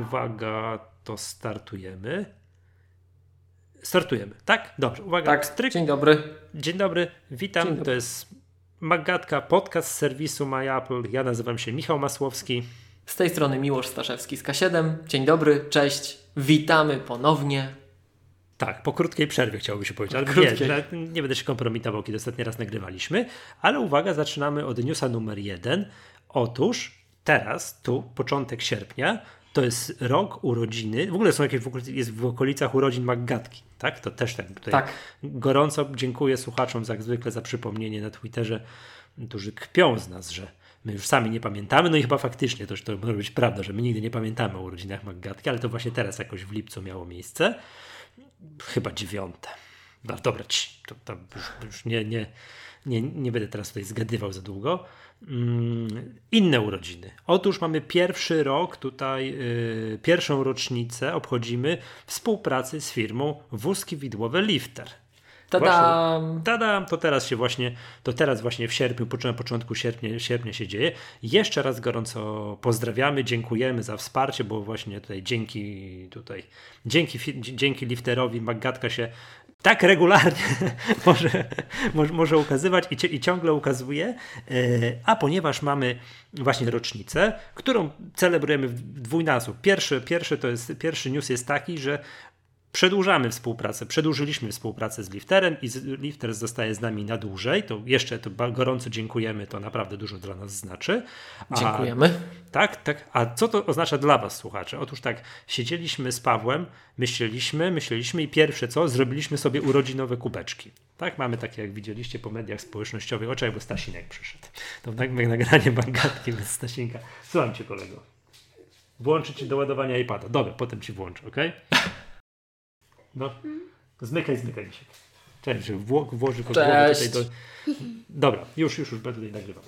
uwaga, to startujemy. Startujemy, tak? Dobrze, uwaga. Tak, stryk. Dzień dobry. Dzień dobry, witam. Dzień dobry. To jest Maggatka, podcast z serwisu MyApple. Ja nazywam się Michał Masłowski. Z tej strony Miłosz Staszewski z K7. Dzień dobry, cześć. Witamy ponownie. Tak, po krótkiej przerwie chciałoby się powiedzieć, ale nie będę się kompromitował, kiedy ostatni raz nagrywaliśmy, ale uwaga, zaczynamy od newsa numer 1. Otóż teraz, początek sierpnia, to jest rok urodziny, w ogóle jest w okolicach urodzin Maggatki, tak? To też tutaj gorąco dziękuję słuchaczom jak zwykle za przypomnienie na Twitterze, którzy kpią z nas, że my już sami nie pamiętamy, no i chyba faktycznie to może być prawda, że my nigdy nie pamiętamy o urodzinach Maggatki, ale to właśnie teraz jakoś w lipcu miało miejsce. Chyba 9. No, dobra, to już nie będę teraz tutaj zgadywał za długo. Inne urodziny. Otóż mamy pierwszy rok tutaj, pierwszą rocznicę obchodzimy współpracy z firmą wózki widłowe Lifter. Tadam! To teraz właśnie w sierpniu, na początku sierpnia się dzieje. Jeszcze raz gorąco pozdrawiamy, dziękujemy za wsparcie, bo właśnie tutaj dzięki Lifterowi Maggatka się tak regularnie może ukazywać i ciągle ukazuje, a ponieważ mamy właśnie rocznicę, którą celebrujemy w dwójnasób. Pierwszy news jest taki, że przedłużyliśmy współpracę z Lifterem i Lifter zostaje z nami na dłużej. To gorąco dziękujemy, to naprawdę dużo dla nas znaczy. Dziękujemy. Tak. A co to oznacza dla was, słuchacze? Otóż tak, siedzieliśmy z Pawłem, myśleliśmy i pierwsze zrobiliśmy sobie urodzinowe kubeczki. Tak, mamy takie, jak widzieliście po mediach społecznościowych. Oczekaj, bo Stasinek przyszedł. To nagranie Maggatki bez Stasinka. Słucham cię, kolego. Włączę ci do ładowania iPada. Dobra, potem ci włączę, okej? No, zmykaj się. Cześć, że włoży głowę tutaj do... Dobra, już będę tutaj nagrywał.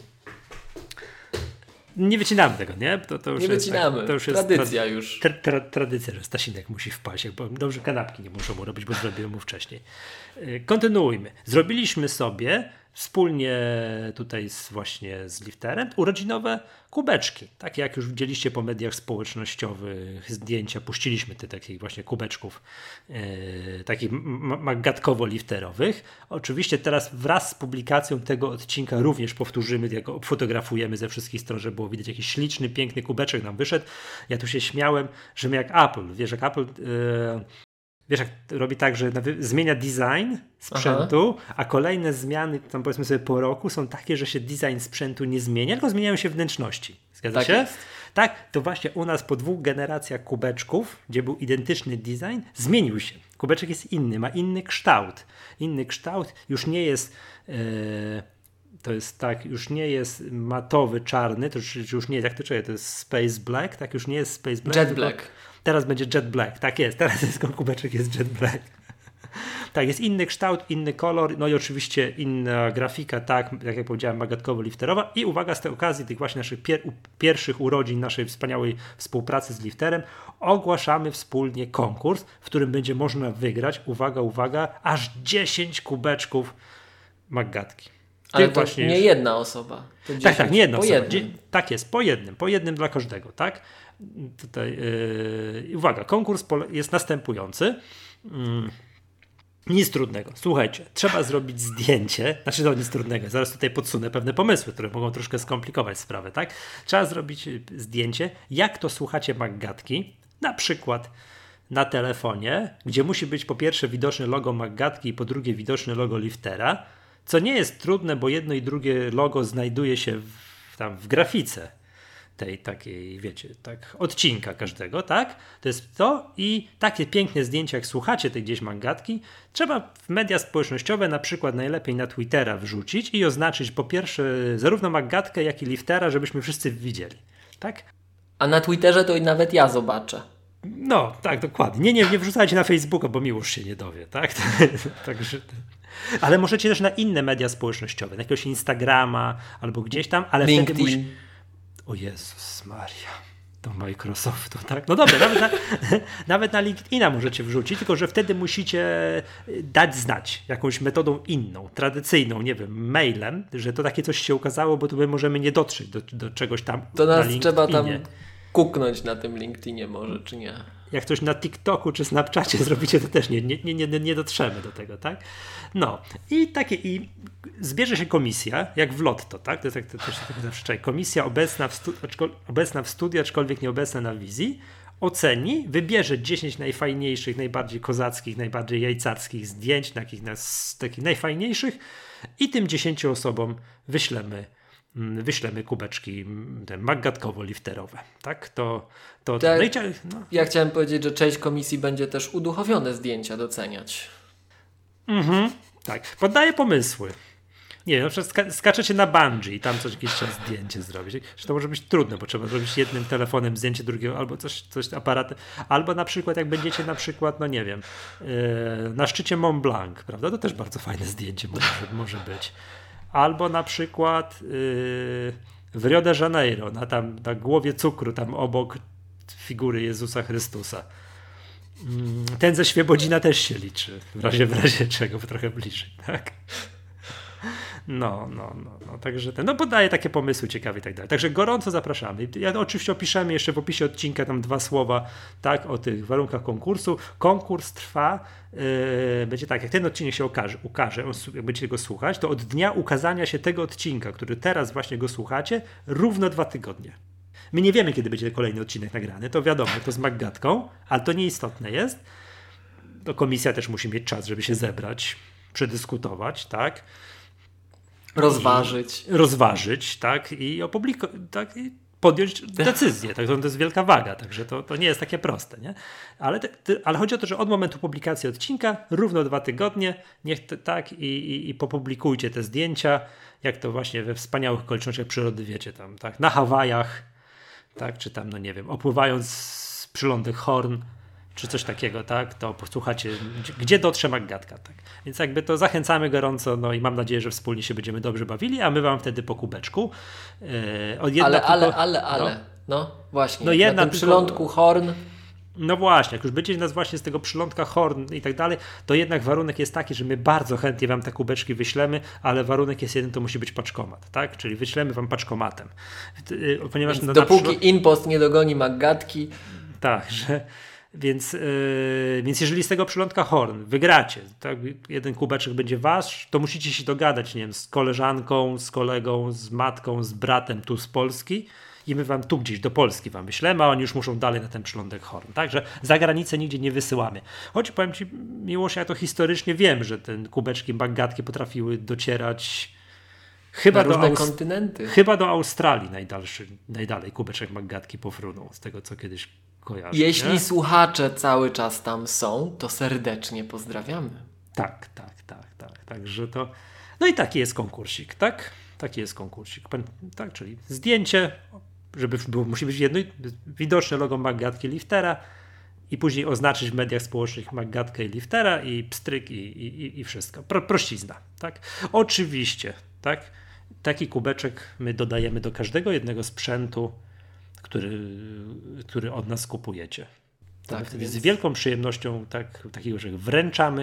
Nie wycinamy tego, nie? To już nie wycinamy, to już jest tradycja już. Tradycja, że Stasinek musi wpaść, bo dobrze kanapki nie muszą mu robić, bo zrobiłem mu wcześniej. Kontynuujmy. Zrobiliśmy sobie wspólnie tutaj właśnie z Lifterem urodzinowe kubeczki. Takie jak już widzieliście po mediach społecznościowych zdjęcia, puściliśmy takich właśnie kubeczków takich maggatkowo-lifterowych. Oczywiście teraz wraz z publikacją tego odcinka również powtórzymy, jak fotografujemy ze wszystkich stron, żeby było widać jakiś śliczny, piękny kubeczek nam wyszedł. Ja tu się śmiałem, że my jak Apple, wiesz jak robi tak, że zmienia design sprzętu, a kolejne zmiany, tam powiedzmy sobie po roku, są takie, że się design sprzętu nie zmienia, tylko zmieniają się wnętrzności. Zgadza się? Jest. Tak, to właśnie u nas po 2 generacjach kubeczków, gdzie był identyczny design, zmienił się. Kubeczek jest inny, ma inny kształt. Już nie jest... To jest tak, już nie jest matowy, czarny, to już nie jest, jak to czuję, to jest Space Black, tak, już nie jest Space Black. Jet Black. Teraz będzie Jet Black, tak jest, teraz kubeczek jest Jet Black. Tak, jest inny kształt, inny kolor, no i oczywiście inna grafika, tak, jak powiedziałem, maggatkowo-lifterowa. I uwaga, z tej okazji tych właśnie naszych pierwszych urodzin, naszej wspaniałej współpracy z Lifterem, ogłaszamy wspólnie konkurs, w którym będzie można wygrać, uwaga, aż 10 kubeczków Maggatki. Ale to nie jedna osoba. To tak, nie jedna osoba. Jednym. Tak jest, po jednym dla każdego, tak? Tutaj, uwaga, konkurs jest następujący. Nic trudnego. Słuchajcie, trzeba zrobić zdjęcie, nic trudnego, zaraz tutaj podsunę pewne pomysły, które mogą troszkę skomplikować sprawę, tak? Trzeba zrobić zdjęcie, jak to słuchacie Maggatki, na przykład na telefonie, gdzie musi być po pierwsze widoczne logo Maggatki i po drugie widoczne logo Liftera, co nie jest trudne, bo jedno i drugie logo znajduje się w grafice tej takiej, wiecie, tak, odcinka każdego, tak? To jest to i takie piękne zdjęcia, jak słuchacie tej gdzieś Maggatki, trzeba w media społecznościowe, na przykład najlepiej na Twittera wrzucić i oznaczyć po pierwsze zarówno Maggatkę, jak i Liftera, żebyśmy wszyscy widzieli, tak? A na Twitterze to i nawet ja zobaczę. No, tak, dokładnie. Nie wrzucajcie na Facebooka, bo Miłosz się nie dowie, tak? Także... Ale możecie też na inne media społecznościowe, na jakiegoś Instagrama albo gdzieś tam, ale LinkedIn. wtedy O Jezus Maria, do Microsoftu, tak? No dobra, nawet na LinkedIna możecie wrzucić, tylko że wtedy musicie dać znać jakąś metodą inną, tradycyjną, nie wiem, mailem, że to takie coś się ukazało, bo tu my możemy nie dotrzeć do czegoś tam. To nas trzeba tam kuknąć na tym LinkedInie może, czy nie? Jak coś na TikToku czy Snapchacie zrobicie, to też nie dotrzemy do tego, tak? No i zbierze się komisja, jak w Lotto, tak? To jest jak to się tak zawsze komisja obecna w studiu, aczkolwiek nieobecna na wizji, oceni, wybierze 10 najfajniejszych, najbardziej kozackich, najbardziej jajcarskich zdjęć, takich najfajniejszych i tym 10 osobom wyślemy kubeczki maggatkowo-lifterowe. Tak? Ja chciałem powiedzieć, że część komisji będzie też uduchowione zdjęcia doceniać. Tak. Poddaję pomysły. Nie wiem, na przykład skaczecie na bungee i tam jakieś zdjęcie zrobić. Że to może być trudne, bo trzeba zrobić jednym telefonem zdjęcie drugiego, albo coś aparatem. Albo na przykład jak będziecie no nie wiem, na szczycie Mont Blanc, prawda? To też bardzo fajne zdjęcie może być. Albo na przykład w Rio de Janeiro, na głowie cukru, tam obok figury Jezusa Chrystusa. Ten ze Świebodzina też się liczy, w razie czego, trochę bliżej, tak? No, także podaję takie pomysły ciekawe i tak dalej. Także gorąco zapraszamy. Ja oczywiście opiszemy jeszcze w opisie odcinka tam 2 słowa, tak, o tych warunkach konkursu. Konkurs trwa, będzie tak, jak ten odcinek się ukaże, jak będziecie go słuchać, to od dnia ukazania się tego odcinka, który teraz właśnie go słuchacie, równo 2 tygodnie. My nie wiemy, kiedy będzie kolejny odcinek nagrany, to wiadomo, to z Maggatką, ale to nieistotne jest. To komisja też musi mieć czas, żeby się zebrać, przedyskutować, tak? Rozważyć, tak? I tak? I podjąć decyzję. Tak? To jest wielka waga, także to nie jest takie proste, nie? Ale chodzi o to, że od momentu publikacji odcinka równo 2 tygodnie, tak? I popublikujcie te zdjęcia, jak to właśnie we wspaniałych okolicznościach przyrody wiecie, tam, tak? Na Hawajach, tak? Czy tam, no nie wiem, opływając przylądek Horn, czy coś takiego, tak, to posłuchacie, gdzie dotrze Maggatka, tak. Więc jakby to zachęcamy gorąco, no i mam nadzieję, że wspólnie się będziemy dobrze bawili, a my wam wtedy po kubeczku. No właśnie, no na tym przylądku Horn. No właśnie, jak już będziecie nas właśnie z tego przylądka Horn i tak dalej, to jednak warunek jest taki, że my bardzo chętnie wam te kubeczki wyślemy, ale warunek jest jeden, to musi być paczkomat, tak, czyli wyślemy wam paczkomatem. Ponieważ dopóki InPost nie dogoni Maggatki. Tak, Więc jeżeli z tego przylądka Horn wygracie, tak, jeden kubeczek będzie wasz, to musicie się dogadać, nie wiem, z koleżanką, z kolegą, z matką, z bratem tu z Polski i my wam tu gdzieś do Polski wam wyślemy, a oni już muszą dalej na ten przylądek Horn. Także za granicę nigdzie nie wysyłamy. Choć powiem ci, Miłosz, ja to historycznie wiem, że te kubeczki Maggatki potrafiły docierać chyba na różne kontynenty. Chyba do Australii najdalej kubeczek Maggatki pofrunął, z tego co kiedyś kojarzę. Jeśli słuchacze cały czas tam są, to serdecznie pozdrawiamy. Tak. Także to... No i taki jest konkursik, tak? Taki jest konkursik. Tak, czyli zdjęcie, musi być jedno widoczne logo Maggatki Liftera i później oznaczyć w mediach społecznych Maggatkę i Liftera i pstryk i wszystko. Prościzna, tak? Oczywiście, tak? Taki kubeczek my dodajemy do każdego jednego sprzętu, który od nas kupujecie. Tak, wtedy z wielką przyjemnością takiego, że wręczamy.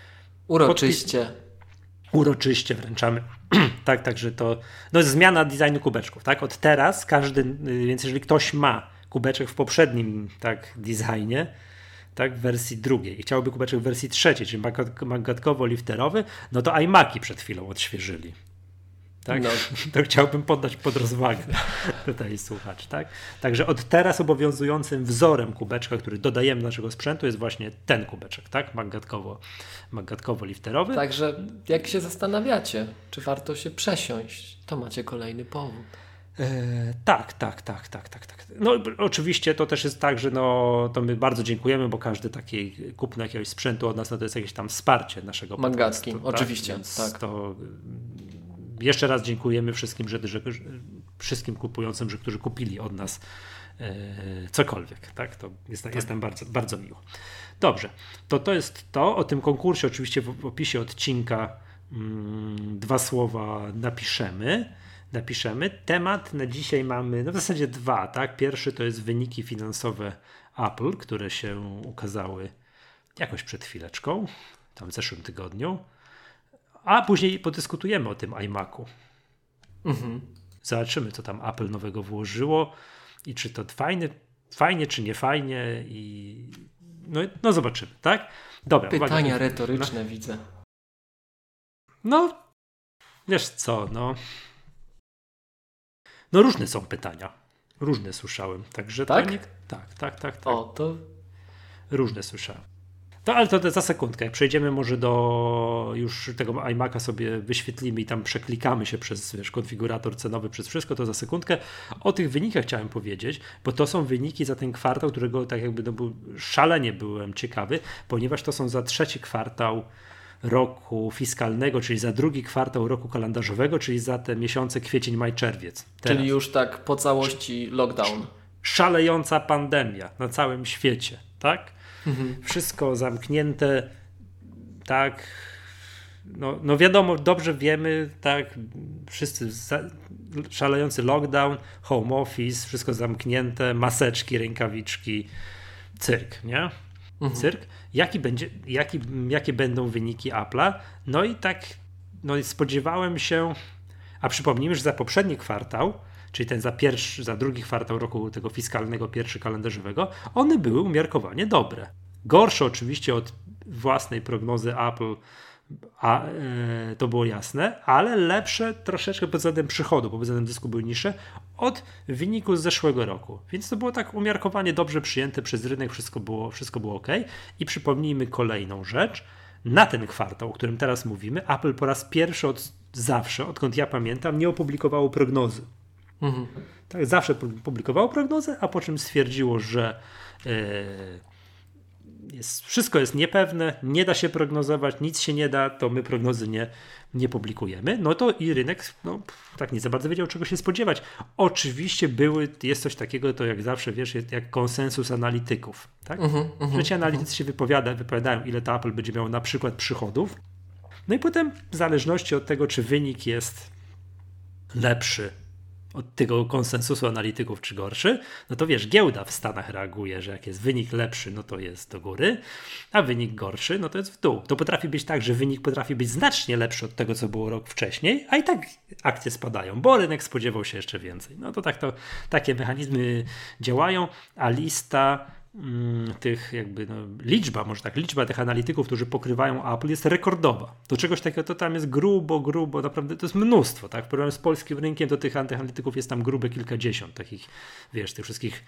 Uroczyście wręczamy. Tak, także to jest zmiana designu kubeczków. Tak? Od teraz więc jeżeli ktoś ma kubeczek w poprzednim designie, tak, w wersji drugiej i chciałby kubeczek w wersji trzeciej, czyli maggatkowo-lifterowy, no to iMaki przed chwilą odświeżyli. Tak? No. To chciałbym poddać pod rozwagę tutaj słuchacz. Tak? Także od teraz obowiązującym wzorem kubeczka, który dodajemy do naszego sprzętu, jest właśnie ten kubeczek, tak? Maggatkowo-lifterowy. Także jak się zastanawiacie, czy warto się przesiąść, to macie kolejny powód. Tak. No oczywiście to też jest tak, że to my bardzo dziękujemy, bo każdy taki kupno jakiegoś sprzętu od nas, to jest jakieś tam wsparcie naszego Maggatki, oczywiście. Tak? To jeszcze raz dziękujemy wszystkim, wszystkim kupującym, którzy kupili od nas cokolwiek. Tak? To jest nam bardzo, bardzo miło. Dobrze, to jest to. O tym konkursie oczywiście w opisie odcinka 2 słowa napiszemy. Temat na dzisiaj mamy w zasadzie 2. Tak? Pierwszy to jest wyniki finansowe Apple, które się ukazały jakoś przed chwileczką, tam w zeszłym tygodniu. A później podyskutujemy o tym iMacu. Zobaczymy, co tam Apple nowego włożyło. i czy to fajnie, czy nie fajnie i no zobaczymy, tak? Dobra. Pytania retoryczne widzę. No, wiesz co, no różne są pytania. Różne słyszałem, także tak? Tak. O, to różne słyszałem. No ale to za sekundkę, jak przejdziemy może do już tego iMac'a sobie wyświetlimy i tam przeklikamy się przez konfigurator cenowy, przez wszystko, to za sekundkę. O tych wynikach chciałem powiedzieć, bo to są wyniki za ten kwartał, którego tak jakby szalenie byłem ciekawy, ponieważ to są za trzeci kwartał roku fiskalnego, czyli za drugi kwartał roku kalendarzowego, czyli za te miesiące kwiecień, maj, czerwiec. Teraz. Czyli już tak po całości lockdown. Szalejąca pandemia na całym świecie, tak? Wszystko zamknięte, tak, no wiadomo, dobrze wiemy, tak, wszyscy szalejący lockdown, home office, wszystko zamknięte, maseczki, rękawiczki, cyrk, nie? Cyrk. Jakie będą wyniki Apple'a? No i tak, spodziewałem się, a przypomnijmy, że za poprzedni kwartał, czyli ten za drugi kwartał roku tego fiskalnego, pierwszy kalendarzowego, one były umiarkowanie dobre. Gorsze oczywiście od własnej prognozy Apple, to było jasne, ale lepsze troszeczkę pod względem przychodu, bo pod względem zysku były niższe od wyniku z zeszłego roku. Więc to było tak umiarkowanie dobrze przyjęte przez rynek, wszystko było ok. I przypomnijmy kolejną rzecz. Na ten kwartał, o którym teraz mówimy, Apple po raz pierwszy od zawsze, odkąd ja pamiętam, nie opublikowało prognozy. Tak, zawsze publikowało prognozę, a po czym stwierdziło, że wszystko jest niepewne, nie da się prognozować, nic się nie da, to my prognozy nie publikujemy. No to i rynek tak nie za bardzo wiedział, czego się spodziewać. Oczywiście jest coś takiego, to jak zawsze wiesz, jak konsensus analityków. Tak? Że ci analitycy się wypowiadają, ile to Apple będzie miało na przykład przychodów. No i potem w zależności od tego, czy wynik jest lepszy od tego konsensusu analityków czy gorszy, no to wiesz, giełda w Stanach reaguje, że jak jest wynik lepszy, no to jest do góry, a wynik gorszy, no to jest w dół. To potrafi być tak, że wynik potrafi być znacznie lepszy od tego, co było rok wcześniej, a i tak akcje spadają, bo rynek spodziewał się jeszcze więcej. No to takie mechanizmy działają, a lista tych liczba tych analityków, którzy pokrywają Apple, jest rekordowa. Do czegoś takiego to tam jest grubo, naprawdę to jest mnóstwo, tak? W porównaniu z polskim rynkiem to tych antyanalityków jest tam grube kilkadziesiąt, takich, wiesz, tych wszystkich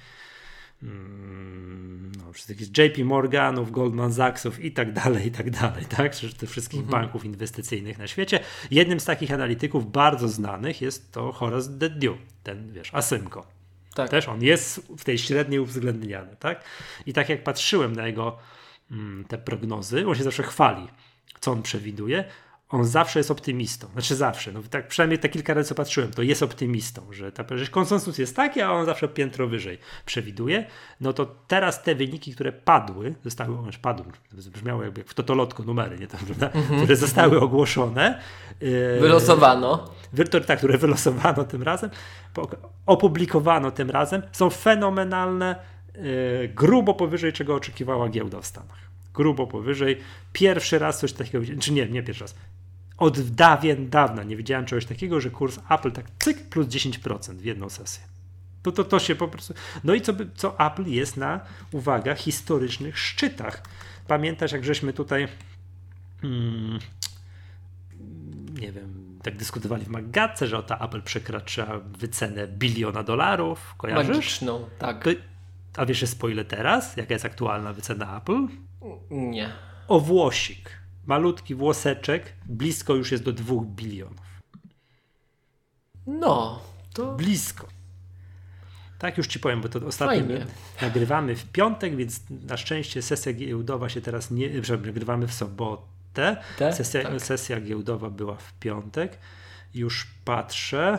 wszystkich JP Morganów, Goldman Sachsów i tak dalej, tak? Tych wszystkich banków inwestycyjnych na świecie. Jednym z takich analityków bardzo znanych jest to Horace Dediu, ten, wiesz, Asymco. Tak. Też on jest w tej średniej uwzględniany, tak? I tak jak patrzyłem na jego te prognozy, on się zawsze chwali, co on przewiduje. On zawsze jest optymistą. Znaczy zawsze, tak przynajmniej te kilka razy co patrzyłem, to jest optymistą, że konsensus jest taki, a on zawsze piętro wyżej przewiduje. No to teraz te wyniki, które padły, brzmiało jakby w totolotko numery, nie tam, prawda? Które zostały ogłoszone. Wylosowano. Które wylosowano tym razem, opublikowano tym razem, są fenomenalne, grubo powyżej czego oczekiwała giełda w Stanach. Grubo powyżej. Pierwszy raz coś takiego, czy nie pierwszy raz. Od dawna nie widziałem czegoś takiego, że kurs Apple tak cyk plus 10% w jedną sesję. To się po prostu... No i co Apple jest na, uwaga, historycznych szczytach. Pamiętasz, jak żeśmy tutaj nie wiem, tak dyskutowali w Maggatce, że ta Apple przekracza wycenę $1 bilion. Kojarzysz? Magiczną, tak. A wiesz, jest po ile teraz? Jaka jest aktualna wycena Apple? Nie. O włosik. Malutki włoseczek. Blisko już jest do 2 bilionów. No, to... Blisko. Tak, już ci powiem, bo to ostatnio nagrywamy w piątek, więc na szczęście sesja giełdowa się teraz nagrywamy w sobotę. Sesja giełdowa była w piątek. Już patrzę.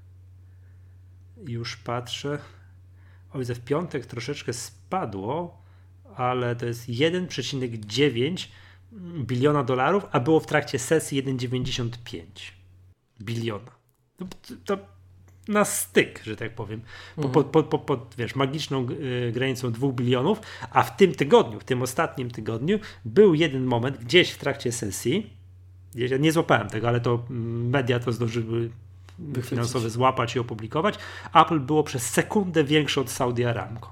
O, widzę, w piątek troszeczkę spadło, ale to jest 1,9 biliona dolarów, a było w trakcie sesji 1,95 biliona. To na styk, że tak powiem, pod wiesz, magiczną granicą 2 bilionów, a w tym ostatnim tygodniu był jeden moment gdzieś w trakcie sesji, ja nie złapałem tego, ale to media to zdążyły finansowe złapać i opublikować. Apple było przez sekundę większe od Saudi Aramco.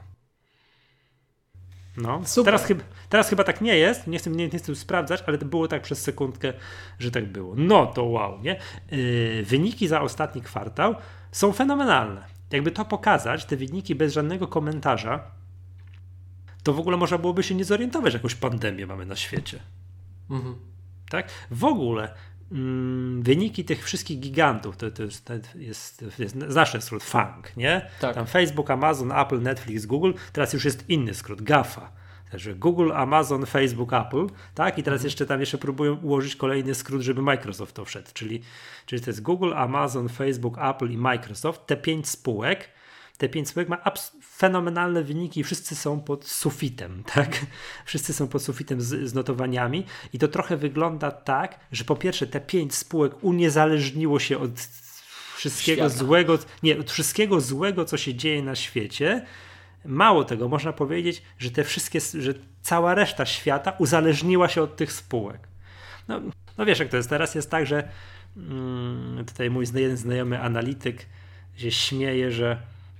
No, teraz chyba tak nie jest, nie chcę sprawdzać, ale to było tak przez sekundkę, że tak było. No to wow, nie? Wyniki za ostatni kwartał są fenomenalne. Jakby to pokazać, te wyniki bez żadnego komentarza, to w ogóle można byłoby się nie zorientować, że jakąś pandemię mamy na świecie. Tak? W ogóle wyniki tych wszystkich gigantów, to jest znasz ten skrót FANG, nie? Tak. Tam Facebook, Amazon, Apple, Netflix, Google, teraz już jest inny skrót, GAFA. Także Google, Amazon, Facebook, Apple, tak? I teraz jeszcze próbują ułożyć kolejny skrót, żeby Microsoft to wszedł, czyli to jest Google, Amazon, Facebook, Apple i Microsoft, te 5 spółek ma fenomenalne wyniki i wszyscy są pod sufitem, tak? Wszyscy są pod sufitem z notowaniami i to trochę wygląda tak, że po pierwsze te 5 spółek uniezależniło się od wszystkiego złego, co się dzieje na świecie. Mało tego, można powiedzieć, że że cała reszta świata uzależniła się od tych spółek. No wiesz, jak to jest. Teraz jest tak, że tutaj mój jeden znajomy analityk się śmieje, że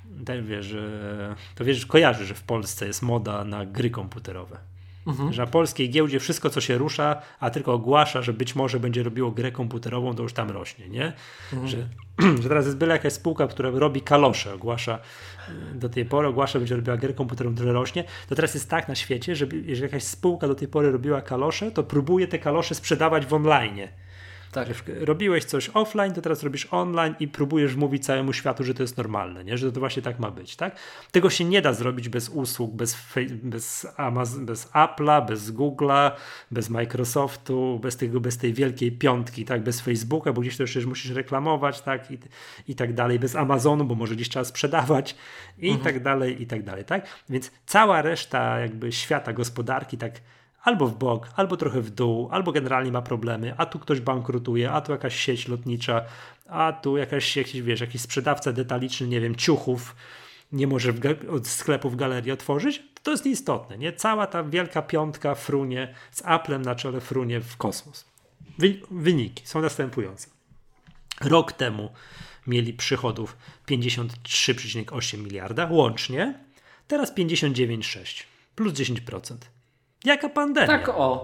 kojarzy, że w Polsce jest moda na gry komputerowe. Że na polskiej giełdzie wszystko, co się rusza, a tylko ogłasza, że być może będzie robiło grę komputerową, to już tam rośnie, nie? Że teraz jest byle jakaś spółka, która robi kalosze, do tej pory ogłasza, będzie robiła grę komputerową, która rośnie, to teraz jest tak na świecie, że jeżeli jakaś spółka do tej pory robiła kalosze, to próbuje te kalosze sprzedawać w online. Tak. Że robiłeś coś offline, to teraz robisz online i próbujesz mówić całemu światu, że to jest normalne, nie? Że to właśnie tak ma być, tak? Tego się nie da zrobić bez usług, bez Amazon, bez Apple'a, bez Google'a, bez Microsoftu, bez tej wielkiej piątki, tak? Bez Facebooka, bo gdzieś to jeszcze musisz reklamować, tak? I tak dalej, bez Amazonu, bo może gdzieś trzeba sprzedawać i tak dalej, tak? Więc cała reszta jakby świata gospodarki tak albo w bok, albo trochę w dół, albo generalnie ma problemy, a tu ktoś bankrutuje, a tu jakaś sieć lotnicza, a tu jakiś sprzedawca detaliczny, nie wiem, ciuchów nie może od sklepu w galerii otworzyć, to jest nieistotne, nie? Cała ta wielka piątka frunie, z Applem na czele frunie w kosmos. Wyniki są następujące. Rok temu mieli przychodów 53,8 miliarda łącznie, teraz 59,6, plus 10%. Jaka pandemia?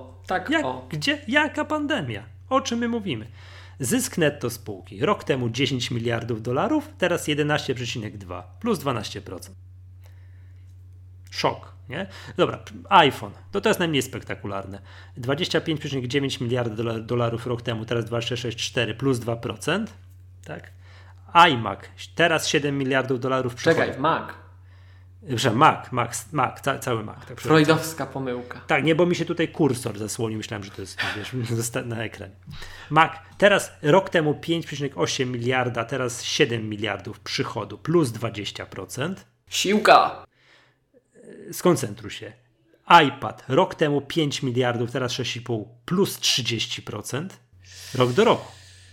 Jaka pandemia? O czym my mówimy? Zysk netto spółki. Rok temu 10 miliardów dolarów, teraz 11,2, plus 12%. Szok, nie? Dobra, iPhone. To jest najmniej spektakularne. 25,9 miliardów dolarów rok temu, teraz 26,4, plus 2%. Tak? iMac. Teraz 7 miliardów dolarów przychodów. Czekaj, Mac, cały Mac. Tak, freudowska pomyłka. Tak, nie, bo mi się tutaj kursor zasłonił, myślałem, że to jest na ekranie. Mac, teraz rok temu 5,8 miliarda, teraz 7 miliardów przychodu, plus 20%. Siłka! Skoncentruj się. iPad, rok temu 5 miliardów, teraz 6,5, plus 30%. Rok do roku.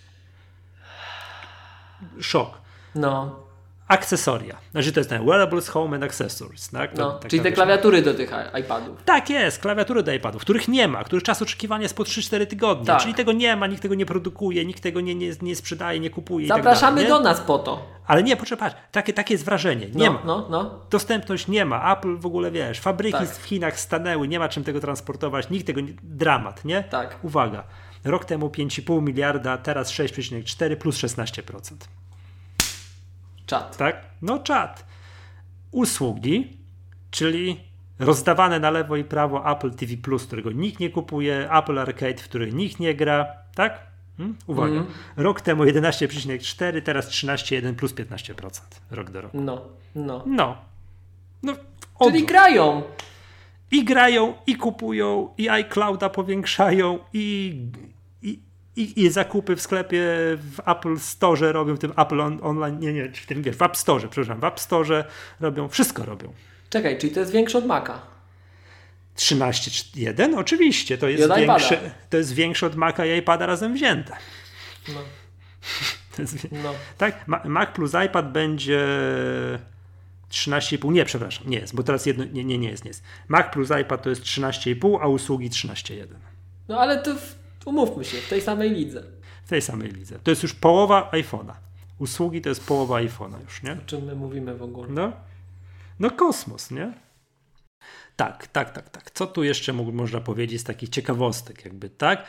Szok. No. Akcesoria. Znaczy to jest ten wearables, home and accessories. Tak? Czyli te klawiatury do tych iPadów. Tak jest, klawiatury do iPadów, których nie ma, których czas oczekiwania jest po 3-4 tygodnie. Tak. Czyli tego nie ma, nikt tego nie produkuje, nikt tego nie sprzedaje, nie kupuje. Zapraszamy i tak dalej, do nas po to. Ale nie, poczekaj, takie jest wrażenie. Nie ma. No. Dostępność nie ma. Apple w ogóle, fabryki w Chinach stanęły, nie ma czym tego transportować, nikt tego dramat, nie? Tak. Uwaga, rok temu 5,5 miliarda, teraz 6,4 plus 16%. Czat. Tak? No czat. Usługi, czyli rozdawane na lewo i prawo Apple TV+, którego nikt nie kupuje, Apple Arcade, w których nikt nie gra, tak? Uwaga. Rok temu 11,4, teraz 13,1 plus 15%. Rok do roku. No. Czyli grają. I grają, i kupują, i iClouda powiększają, i zakupy w sklepie w Apple Store robią, w tym Apple Online, w App Store, w App Store robią, wszystko robią. Czekaj, czyli to jest większe od Maca? 13,1? Oczywiście, to jest większe od Maca i iPada razem wzięte. Tak? Mac plus iPad będzie 13,5, nie, przepraszam, nie jest, bo teraz nie jest. Mac plus iPad to jest 13,5, a usługi 13,1. No ale to umówmy się, w tej samej lidze. To jest już połowa iPhone'a. Usługi to jest połowa iPhone'a już, nie? O czym my mówimy w ogóle? No kosmos, nie? Tak. Co tu jeszcze można powiedzieć z takich ciekawostek jakby, tak?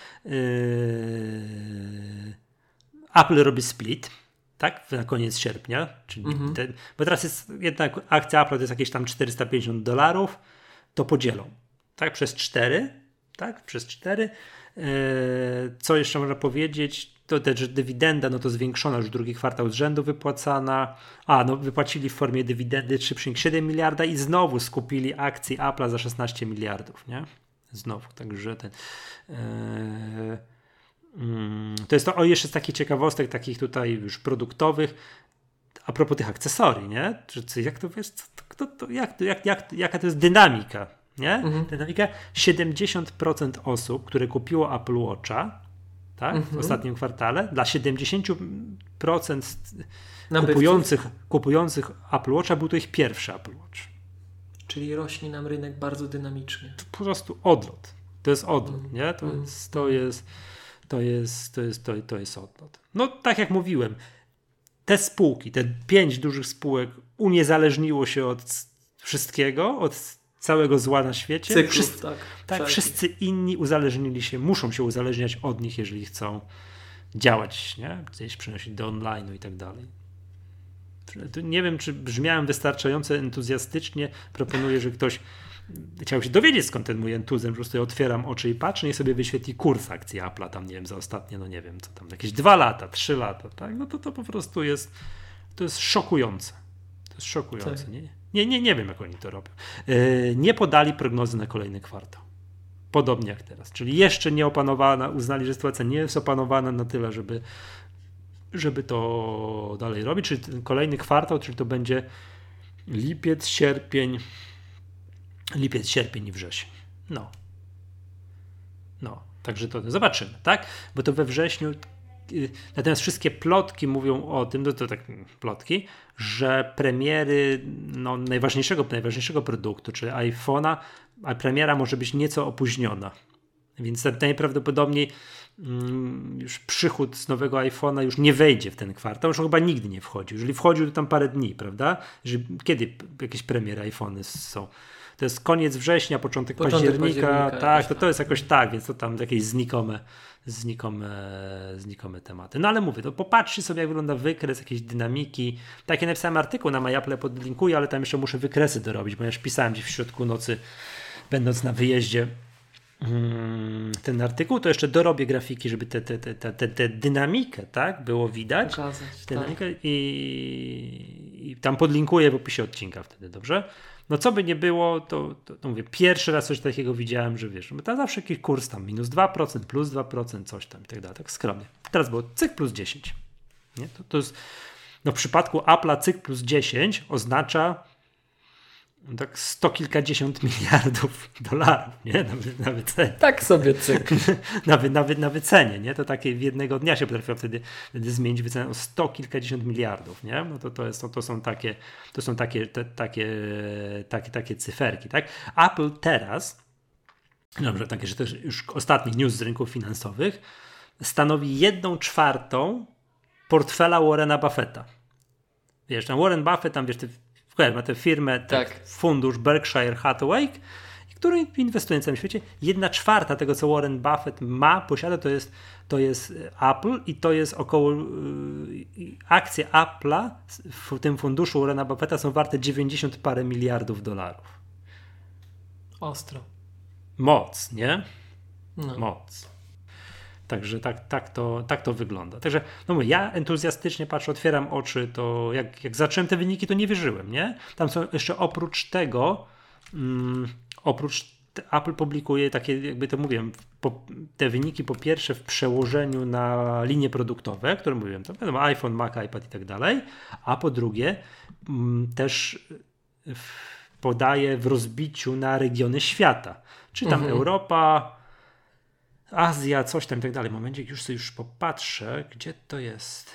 Apple robi split, tak? Na koniec sierpnia, czyli bo teraz jest jednak akcja Apple to jest jakieś tam $450, to podzielą, tak? Przez 4, tak? Przez 4. Co jeszcze można powiedzieć? To też dywidenda, no to zwiększona już drugi kwartał z rzędu wypłacana. Wypłacili w formie dywidendy 3,7 miliarda i znowu skupili akcje Apple'a za 16 miliardów, nie? Znowu, także to jest to, jeszcze z takich ciekawostek, takich tutaj już produktowych, a propos tych akcesorii, nie? Jak to wiesz, jaka to jest dynamika, nie? Dynamika 70% osób, które kupiło Apple Watcha, tak? W ostatnim kwartale, dla 70% kupujących Apple Watcha był to ich pierwszy Apple Watch. Czyli rośnie nam rynek bardzo dynamicznie. Po prostu odlot. To jest odlot, nie? To jest odlot. No tak jak mówiłem, te spółki, te 5 dużych spółek uniezależniło się od wszystkiego, od całego zła na świecie. Cyklów, wszyscy inni uzależnili się, muszą się uzależniać od nich, jeżeli chcą działać, nie? Gdzieś przenosić do online'u i tak dalej. Nie wiem, czy brzmiałem wystarczająco entuzjastycznie. Proponuję, że ktoś chciał się dowiedzieć, skąd ten mój entuzjazm. Po prostu ja otwieram oczy i patrzę i sobie wyświetli kurs akcji Apple'a tam, nie wiem, za ostatnie, no nie wiem, co tam, jakieś 2 lata, 3 lata, tak? No to po prostu jest szokujące. To jest szokujące, tak. Nie wiem, jak oni to robią. Nie podali prognozy na kolejny kwartał. Podobnie jak teraz. Czyli jeszcze nie opanowana, uznali, że sytuacja nie jest opanowana na tyle, żeby to dalej robić. Czyli ten kolejny kwartał, czyli to będzie lipiec, sierpień i wrzesień. No. Także to zobaczymy, tak? Bo to we wrześniu. Natomiast wszystkie plotki mówią o tym, to tak plotki, że premiery najważniejszego produktu, czyli iPhone'a, a premiera może być nieco opóźniona. Więc najprawdopodobniej już przychód z nowego iPhone'a już nie wejdzie w ten kwartał, już chyba nigdy nie wchodził. Jeżeli wchodził, to tam parę dni, prawda? Kiedy jakieś premiery iPhone'y są? To jest koniec września, początek października, tak, to jest jakoś tak, więc to tam jakieś znikome tematy. No ale mówię, to popatrzcie sobie, jak wygląda wykres, jakieś dynamiki. Takie napisałem artykuł na MyApple, podlinkuję, ale tam jeszcze muszę wykresy dorobić, ponieważ pisałem gdzieś w środku nocy, będąc na wyjeździe ten artykuł, to jeszcze dorobię grafiki, żeby tę dynamikę, tak, było widać. Pokazać, dynamikę i tam podlinkuję w opisie odcinka wtedy, dobrze? No co by nie było, to mówię, pierwszy raz coś takiego widziałem, że wiesz, bo tam zawsze jakiś kurs tam -2%, +2%, coś tam i tak dalej, tak skromnie. Teraz było cyk +10. Nie? To jest, no w przypadku Apple'a cyk +10 oznacza tak 100 kilkadziesiąt miliardów dolarów, nie? Na wycenie. Tak sobie cyk. na wycenie, nie? To takie w jednego dnia się potrafiło wtedy zmienić wycenę o 100 kilkadziesiąt miliardów, nie? No to są takie cyferki, tak? Apple teraz, dobrze, takie, że to już ostatni news z rynków finansowych, stanowi 1/4 portfela Warrena Buffetta. Wiesz, tam Warren Buffett, tam wiesz, ma tę firmę, fundusz Berkshire Hathaway, który inwestuje na całym świecie. 1/4 tego, co Warren Buffett posiada, to jest Apple i to jest około akcje Apple'a w tym funduszu Warrena Buffetta są warte 90 parę miliardów dolarów. Ostro. Moc, nie? No. Moc. Także tak to wygląda. Także no mówię, ja entuzjastycznie patrzę, otwieram oczy, to jak zacząłem te wyniki, to nie wierzyłem, nie? Tam są jeszcze oprócz tego, Apple publikuje takie, jakby to mówiłem, te wyniki po pierwsze w przełożeniu na linie produktowe, które mówiłem, to wiadomo, iPhone, Mac, iPad i tak dalej, a po drugie też podaje w rozbiciu na regiony świata. Czy tam Europa, Azja, coś tam i tak dalej. Momencie, już popatrzę, gdzie to jest.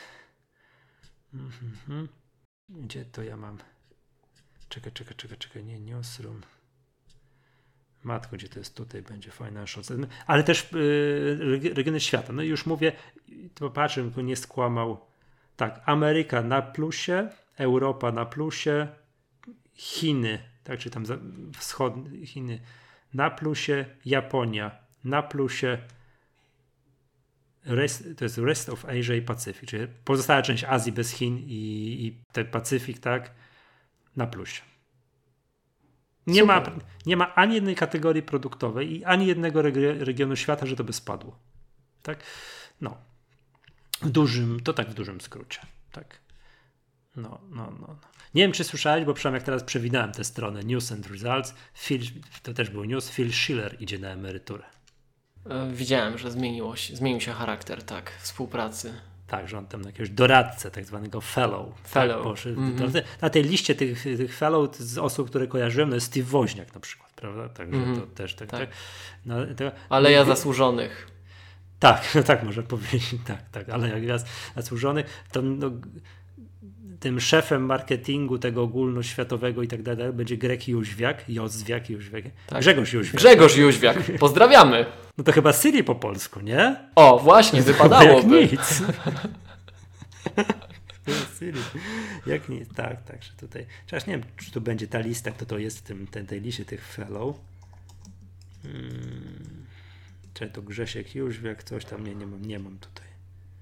Gdzie to ja mam? Czekaj, nie newsroom. Matko, gdzie to jest? Tutaj będzie financial. Ale też regiony świata. No i już mówię, popatrzę, nie skłamał Tak, Ameryka na plusie, Europa na plusie, Chiny, tak, czy tam wschodnie Chiny na plusie, Japonia na plusie, to jest rest of Asia i Pacyfik, czyli pozostała część Azji bez Chin i ten Pacyfik, tak, na plusie. Nie ma ani jednej kategorii produktowej i ani jednego regionu świata, że to by spadło. Tak? No. To tak w dużym skrócie. Tak. No. Nie wiem, czy słyszałeś, bo przynajmniej jak teraz przewinąłem tę stronę News and Results, to też był news, Phil Schiller idzie na emeryturę. Widziałem, że zmienił się charakter, tak, współpracy. Tak, że on tam na jakiegoś doradcę, tak zwanego fellow. Tak, poszedł. Na tej liście tych fellow z osób, które kojarzyłem, no jest Steve Woźniak na przykład, prawda? Także to też tak. No, Aleja zasłużonych. Tak, no tak można powiedzieć, tak, ale jak zasłużonych, to tym szefem marketingu tego ogólnoświatowego i tak dalej będzie Greg Jóźwiak. Tak. Grzegorz Jóźwiak. Pozdrawiamy. No to chyba Siri po polsku, nie? O, właśnie, wypadałoby. Jak nic. Siri. Jak nic, tak, że tutaj. Chociaż nie wiem, czy tu będzie ta lista, kto to jest w tej liście tych fellow. Czy to Grzesiek Jóźwiak, coś tam, nie mam tutaj.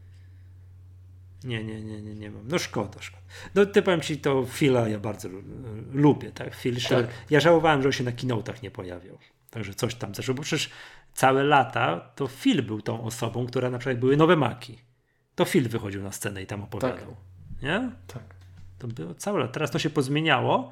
Nie mam. No szkoda. No ty powiem ci, to Phila ja bardzo lubię, tak? Phil Schiller. Tak. Ja żałowałem, że on się na keynote'ach nie pojawiał. Także coś tam zeszło, bo przecież całe lata to Phil był tą osobą, która na przykład były nowe Maki. To Phil wychodził na scenę i tam opowiadał. Tak. Nie? Tak. To było całe lata. Teraz to się pozmieniało.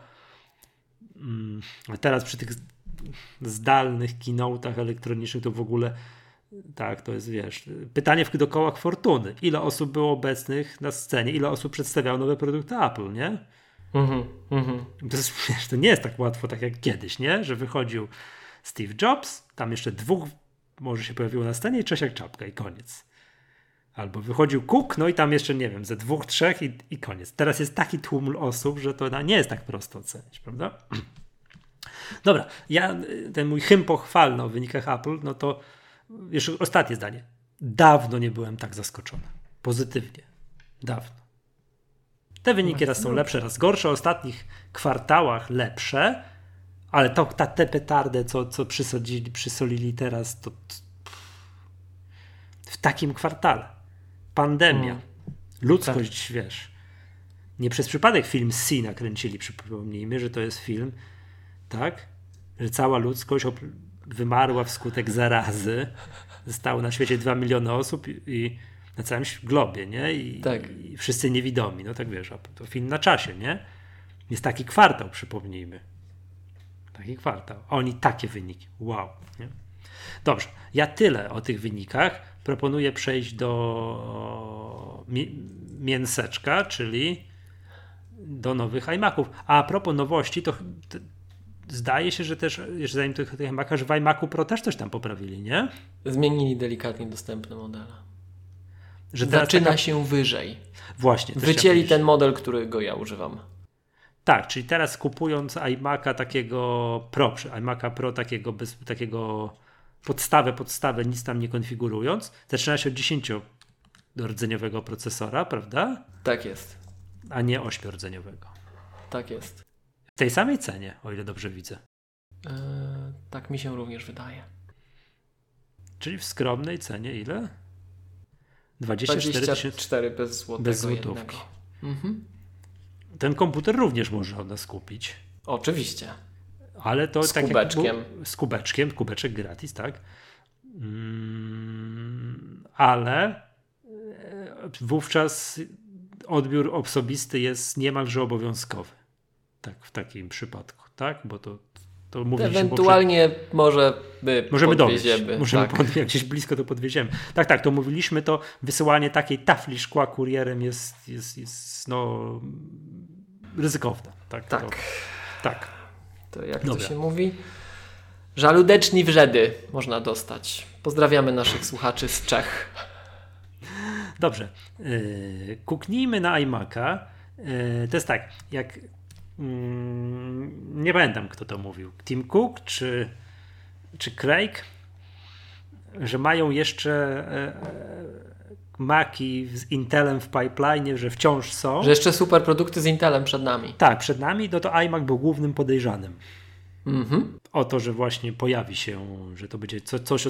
A teraz przy tych zdalnych keynote'ach elektronicznych to w ogóle tak, to jest, wiesz, pytanie do kołach fortuny. Ile osób było obecnych na scenie, ile osób przedstawiało nowe produkty Apple, nie? To jest, wiesz, to nie jest tak łatwo, tak jak kiedyś, nie? Że wychodził Steve Jobs, tam jeszcze 2 może się pojawiło na scenie i Czesiak Czapka i koniec. Albo wychodził Cook, no i tam jeszcze, nie wiem, ze 2, 3 i koniec. Teraz jest taki tłum osób, że to nie jest tak prosto ocenić, prawda? Dobra, ten mój hymn pochwalny o wynikach Apple, no to jeszcze ostatnie zdanie. Dawno nie byłem tak zaskoczony. Pozytywnie. Dawno. Te wyniki raz są lepsze, raz gorsze. W ostatnich kwartałach lepsze, ale te petardę, co przysolili teraz, to w takim kwartale. Pandemia. Ludzkość, wiesz. Nie przez przypadek film C nakręcili, przypomnijmy, że to jest film, tak? Że cała ludzkość wymarła wskutek zarazy. Zostało na świecie 2 miliony osób i na całym globie, nie? I wszyscy niewidomi. No tak wiesz, to film na czasie, nie? Jest taki kwartał, przypomnijmy. Taki kwartał. A oni takie wyniki. Wow. Nie? Dobrze. Ja tyle o tych wynikach. Proponuję przejść do mięseczka, czyli do nowych iMaców. A propos nowości, to zdaje się, że też, zanim tych iMacach, że w iMacu Pro też coś tam poprawili, nie? Zmienili delikatnie dostępne modele. Że zaczyna się wyżej. Właśnie. Wycięli ten model, którego ja używam. Tak, czyli teraz kupując iMaca takiego Pro, iMaca Pro takiego podstawę, nic tam nie konfigurując, zaczyna się od 10-rdzeniowego procesora, prawda? Tak jest. A nie 8-rdzeniowego. Tak jest. W tej samej cenie, o ile dobrze widzę. Tak mi się również wydaje. Czyli w skromnej cenie ile? 24 bez złotówki. Ten komputer również można od nas kupić. Oczywiście. Ale to z tak kubeczkiem. Z kubeczkiem, kubeczek gratis, tak? Ale wówczas odbiór osobisty jest niemalże obowiązkowy. Tak, w takim przypadku, tak? Bo to ewentualnie możemy dowieźć. Możemy jak gdzieś blisko to podwieziemy. Tak, to mówiliśmy, to wysyłanie takiej tafli szkła kurierem jest ryzykowne. Tak. To jak to się mówi? Żaludeczni wrzedy można dostać. Pozdrawiamy naszych słuchaczy z Czech. Dobrze. Kuknijmy na iMaca. To jest tak, jak nie pamiętam, kto to mówił. Tim Cook czy Craig, że mają jeszcze Maki z Intelem w pipeline, że wciąż są. Że jeszcze super produkty z Intelem przed nami. Tak, przed nami, no to iMac był głównym podejrzanym. O to, że właśnie pojawi się, że to będzie coś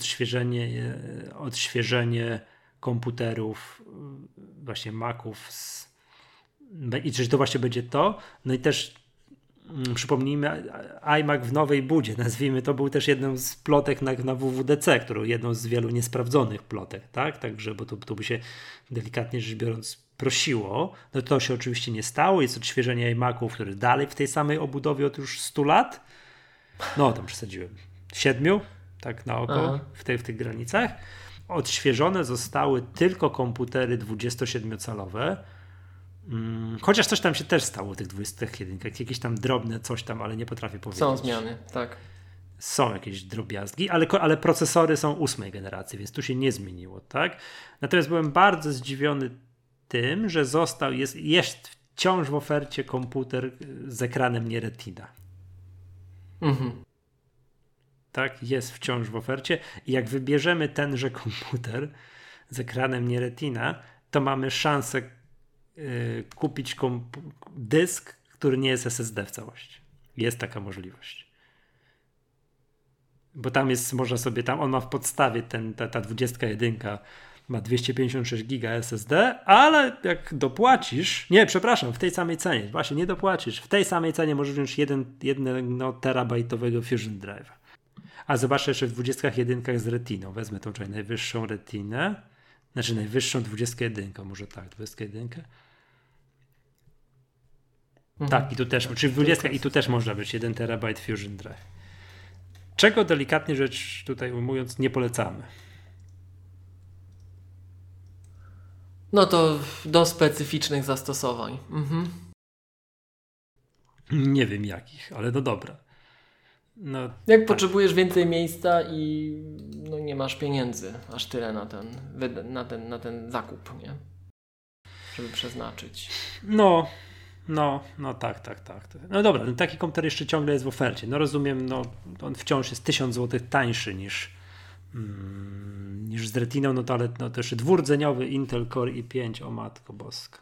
odświeżenie komputerów, właśnie Maców i że to właśnie będzie to. No i też przypomnijmy, iMac w nowej budzie, nazwijmy to, był też jedną z plotek na WWDC, jedną z wielu niesprawdzonych plotek, tak? Także, bo to by się delikatnie rzecz biorąc prosiło. No to się oczywiście nie stało. Jest odświeżenie iMaców, które dalej w tej samej obudowie od już 100 lat. No, tam przesadziłem. 7, tak na oko, w tych granicach. Odświeżone zostały tylko komputery 27-calowe. Chociaż coś tam się też stało w tych 21, jakieś tam drobne coś tam, ale nie potrafię powiedzieć. Są zmiany, tak. Są jakieś drobiazgi, ale procesory są 8 generacji, więc tu się nie zmieniło, tak? Natomiast byłem bardzo zdziwiony tym, że jest wciąż w ofercie komputer z ekranem nie Retina. Tak, jest wciąż w ofercie i jak wybierzemy tenże komputer z ekranem nie Retina, to mamy szansę kupić dysk, który nie jest SSD w całości. Jest taka możliwość. Bo tam można sobie, on ma w podstawie ta 21 ma 256 giga SSD, ale jak dopłacisz, w tej samej cenie, właśnie nie dopłacisz, w tej samej cenie możesz wziąć 1 terabajtowego Fusion Drive. A zobaczę jeszcze w 21 z Retiną, wezmę tą najwyższą Retinę, znaczy najwyższą 21, może tak, 21. Tak, i tu też, czyli 20 i tu też można być 1 terabajt Fusion Drive. Czego delikatnie rzecz tutaj ujmując nie polecamy? No to do specyficznych zastosowań. Nie wiem jakich, ale no dobra. No, jak potrzebujesz więcej miejsca i nie masz pieniędzy aż tyle na ten zakup, nie? Żeby przeznaczyć. No tak. No dobra, taki komputer jeszcze ciągle jest w ofercie. No rozumiem, on wciąż jest 1000 zł tańszy niż z Retiną, ale to jeszcze dwurdzeniowy Intel Core i5, o matko boska.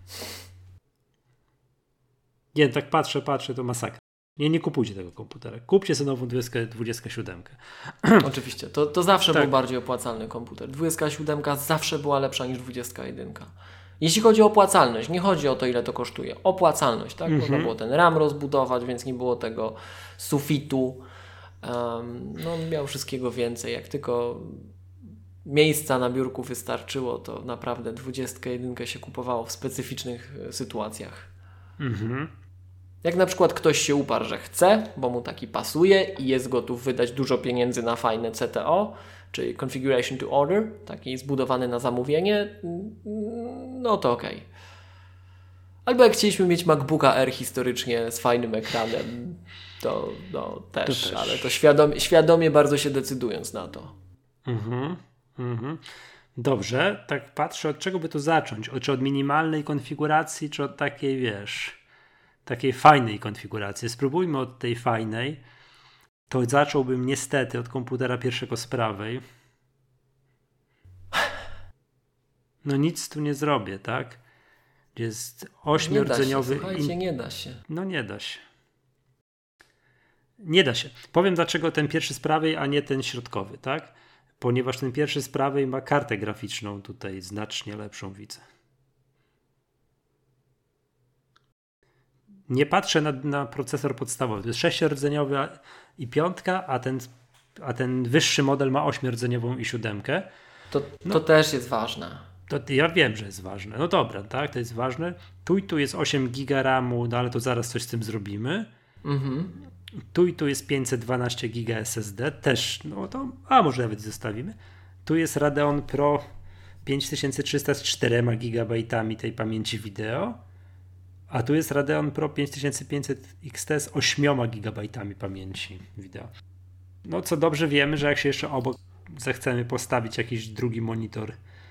Nie, tak patrzę, to masakra. Nie kupujcie tego komputera. Kupcie sobie nową 27. Oczywiście, to zawsze był bardziej opłacalny komputer. 27 zawsze była lepsza niż 21. Jeśli chodzi o opłacalność, nie chodzi o to, ile to kosztuje. Opłacalność, tak? Można było ten RAM rozbudować, więc nie było tego sufitu. Miał wszystkiego więcej. Jak tylko miejsca na biurku wystarczyło, to naprawdę 21 się kupowało w specyficznych sytuacjach. Jak na przykład ktoś się uparł, że chce, bo mu taki pasuje i jest gotów wydać dużo pieniędzy na fajne CTO, czyli Configuration to Order, taki zbudowany na zamówienie, no to okej. Albo jak chcieliśmy mieć MacBooka Air historycznie z fajnym ekranem, to też, ale to świadomie bardzo się decydując na to. Dobrze, tak patrzę, od czego by tu zacząć? Czy od minimalnej konfiguracji, czy od takiej, takiej fajnej konfiguracji? Spróbujmy od tej fajnej. To zacząłbym niestety od komputera pierwszego z prawej. No nic tu nie zrobię, tak? Jest 8-rdzeniowy... Nie da się. No nie da się. Nie da się. Powiem dlaczego ten pierwszy z prawej, a nie ten środkowy, tak? Ponieważ ten pierwszy z prawej ma kartę graficzną tutaj znacznie lepszą, widzę. Nie patrzę na procesor podstawowy. To jest 6-rdzeniowy i 5, a ten wyższy model ma 8-rdzeniową i 7. To też jest ważne. To ja wiem, że jest ważne. No dobra, tak, to jest ważne. Tu jest 8 giga RAMu, ale to zaraz coś z tym zrobimy. Tu jest 512 giga SSD, też, może nawet zostawimy. Tu jest Radeon Pro 5300 z 4 GB tej pamięci wideo, a tu jest Radeon Pro 5500 XT z 8 GB pamięci wideo. No co dobrze wiemy, że jak się jeszcze obok zechcemy postawić jakiś drugi monitor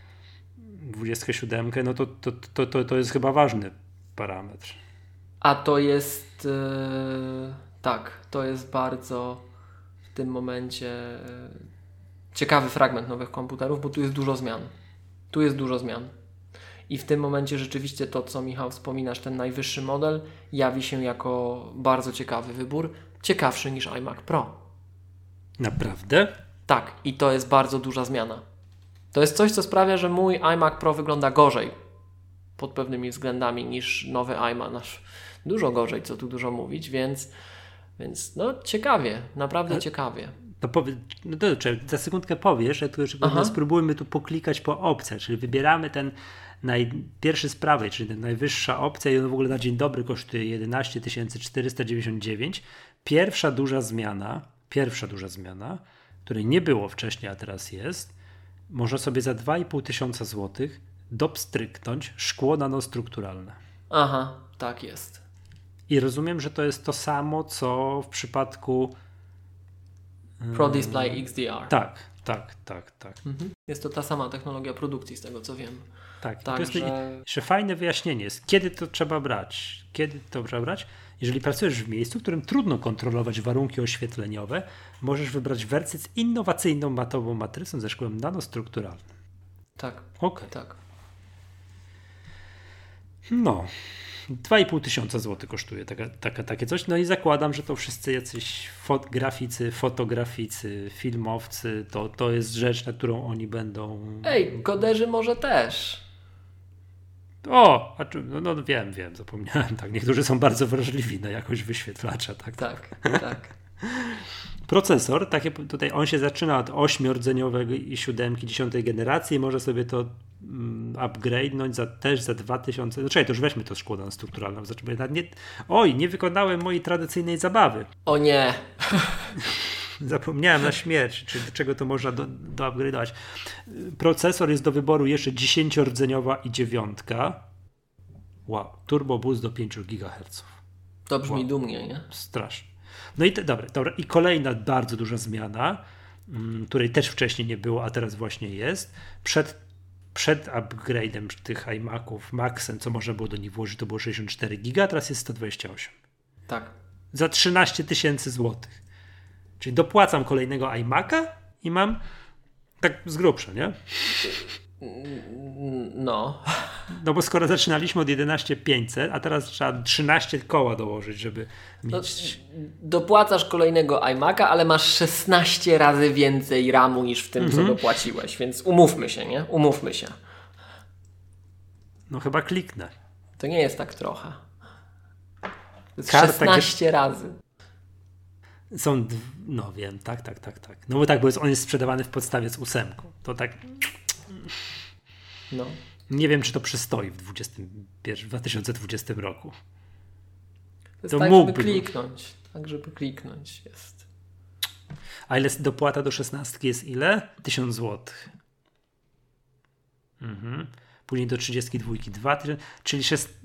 27, no to jest chyba ważny parametr. A to jest to jest bardzo w tym momencie ciekawy fragment nowych komputerów, bo tu jest dużo zmian. Tu jest dużo zmian. I w tym momencie rzeczywiście to, co Michał wspominasz, ten najwyższy model jawi się jako bardzo ciekawy wybór. Ciekawszy niż iMac Pro. Naprawdę? Tak. I to jest bardzo duża zmiana. To jest coś, co sprawia, że mój iMac Pro wygląda gorzej pod pewnymi względami niż nowy iMac. Nasz dużo gorzej, co tu dużo mówić, więc no ciekawie, naprawdę ciekawie. To no to za sekundkę powiesz, że spróbujmy tu poklikać po opcjach, czyli wybieramy ten pierwszy z prawej, czyli ten najwyższa opcja i on w ogóle na dzień dobry kosztuje 11 499. Pierwsza duża zmiana, której nie było wcześniej, a teraz jest, można sobie za 2500 zł dopstryknąć szkło nanostrukturalne. Aha, tak jest. I rozumiem, że to jest to samo, co w przypadku Pro Display XDR. Tak. Jest to ta sama technologia produkcji, z tego co wiem. Tak. To jest jeszcze fajne wyjaśnienie jest, kiedy to trzeba brać. Jeżeli pracujesz w miejscu, w którym trudno kontrolować warunki oświetleniowe, możesz wybrać wersję z innowacyjną matową matrycą ze szkłem nanostrukturalnym. Tak. Okay. Tak. No, 2500 zł kosztuje takie coś. No i zakładam, że to wszyscy jacyś graficy, fotograficy, filmowcy, to jest rzecz, na którą oni będą... Koderzy może też. No wiem, zapomniałem. Tak, niektórzy są bardzo wrażliwi na jakość wyświetlacza. Tak. Procesor, tutaj on się zaczyna od 8-rdzeniowego i 7 10 generacji i może sobie to upgrade'nąć też za 2000. To już weźmy to szkło nanostrukturalne. Nie wykonałem mojej tradycyjnej zabawy. O nie! Zapomniałem na śmierć, czy do czego to można doupgrade'ować. Procesor jest do wyboru jeszcze 10-rdzeniowa i 9. Wow, turbo boost do 5 GHz. To brzmi dumnie, nie? Strasznie. No i dobra. I kolejna bardzo duża zmiana, której też wcześniej nie było, a teraz właśnie jest. Przed upgrade'em tych iMaców Maxem, co można było do nich włożyć, to było 64 GB, a teraz jest 128. Tak. Za 13 000 złotych. Czyli dopłacam kolejnego iMac'a i mam tak z grubsza, nie? No. No bo skoro zaczynaliśmy od 11 500, a teraz trzeba 13 koła dołożyć, żeby mieć... Dopłacasz kolejnego iMac'a, ale masz 16 razy więcej RAMu niż w tym, co dopłaciłeś, więc umówmy się, nie? Umówmy się. No chyba kliknę. To nie jest tak trochę. To jest 16 razy. No wiem, tak. No bo bo on jest sprzedawany w podstawie z 8. To tak... No. Nie wiem, czy to przystoi w 2020 roku. To jest tak, żeby kliknąć. Tak, żeby kliknąć jest. A ile dopłata do 16 jest ile? 1000 zł. Później do 32 2000, czyli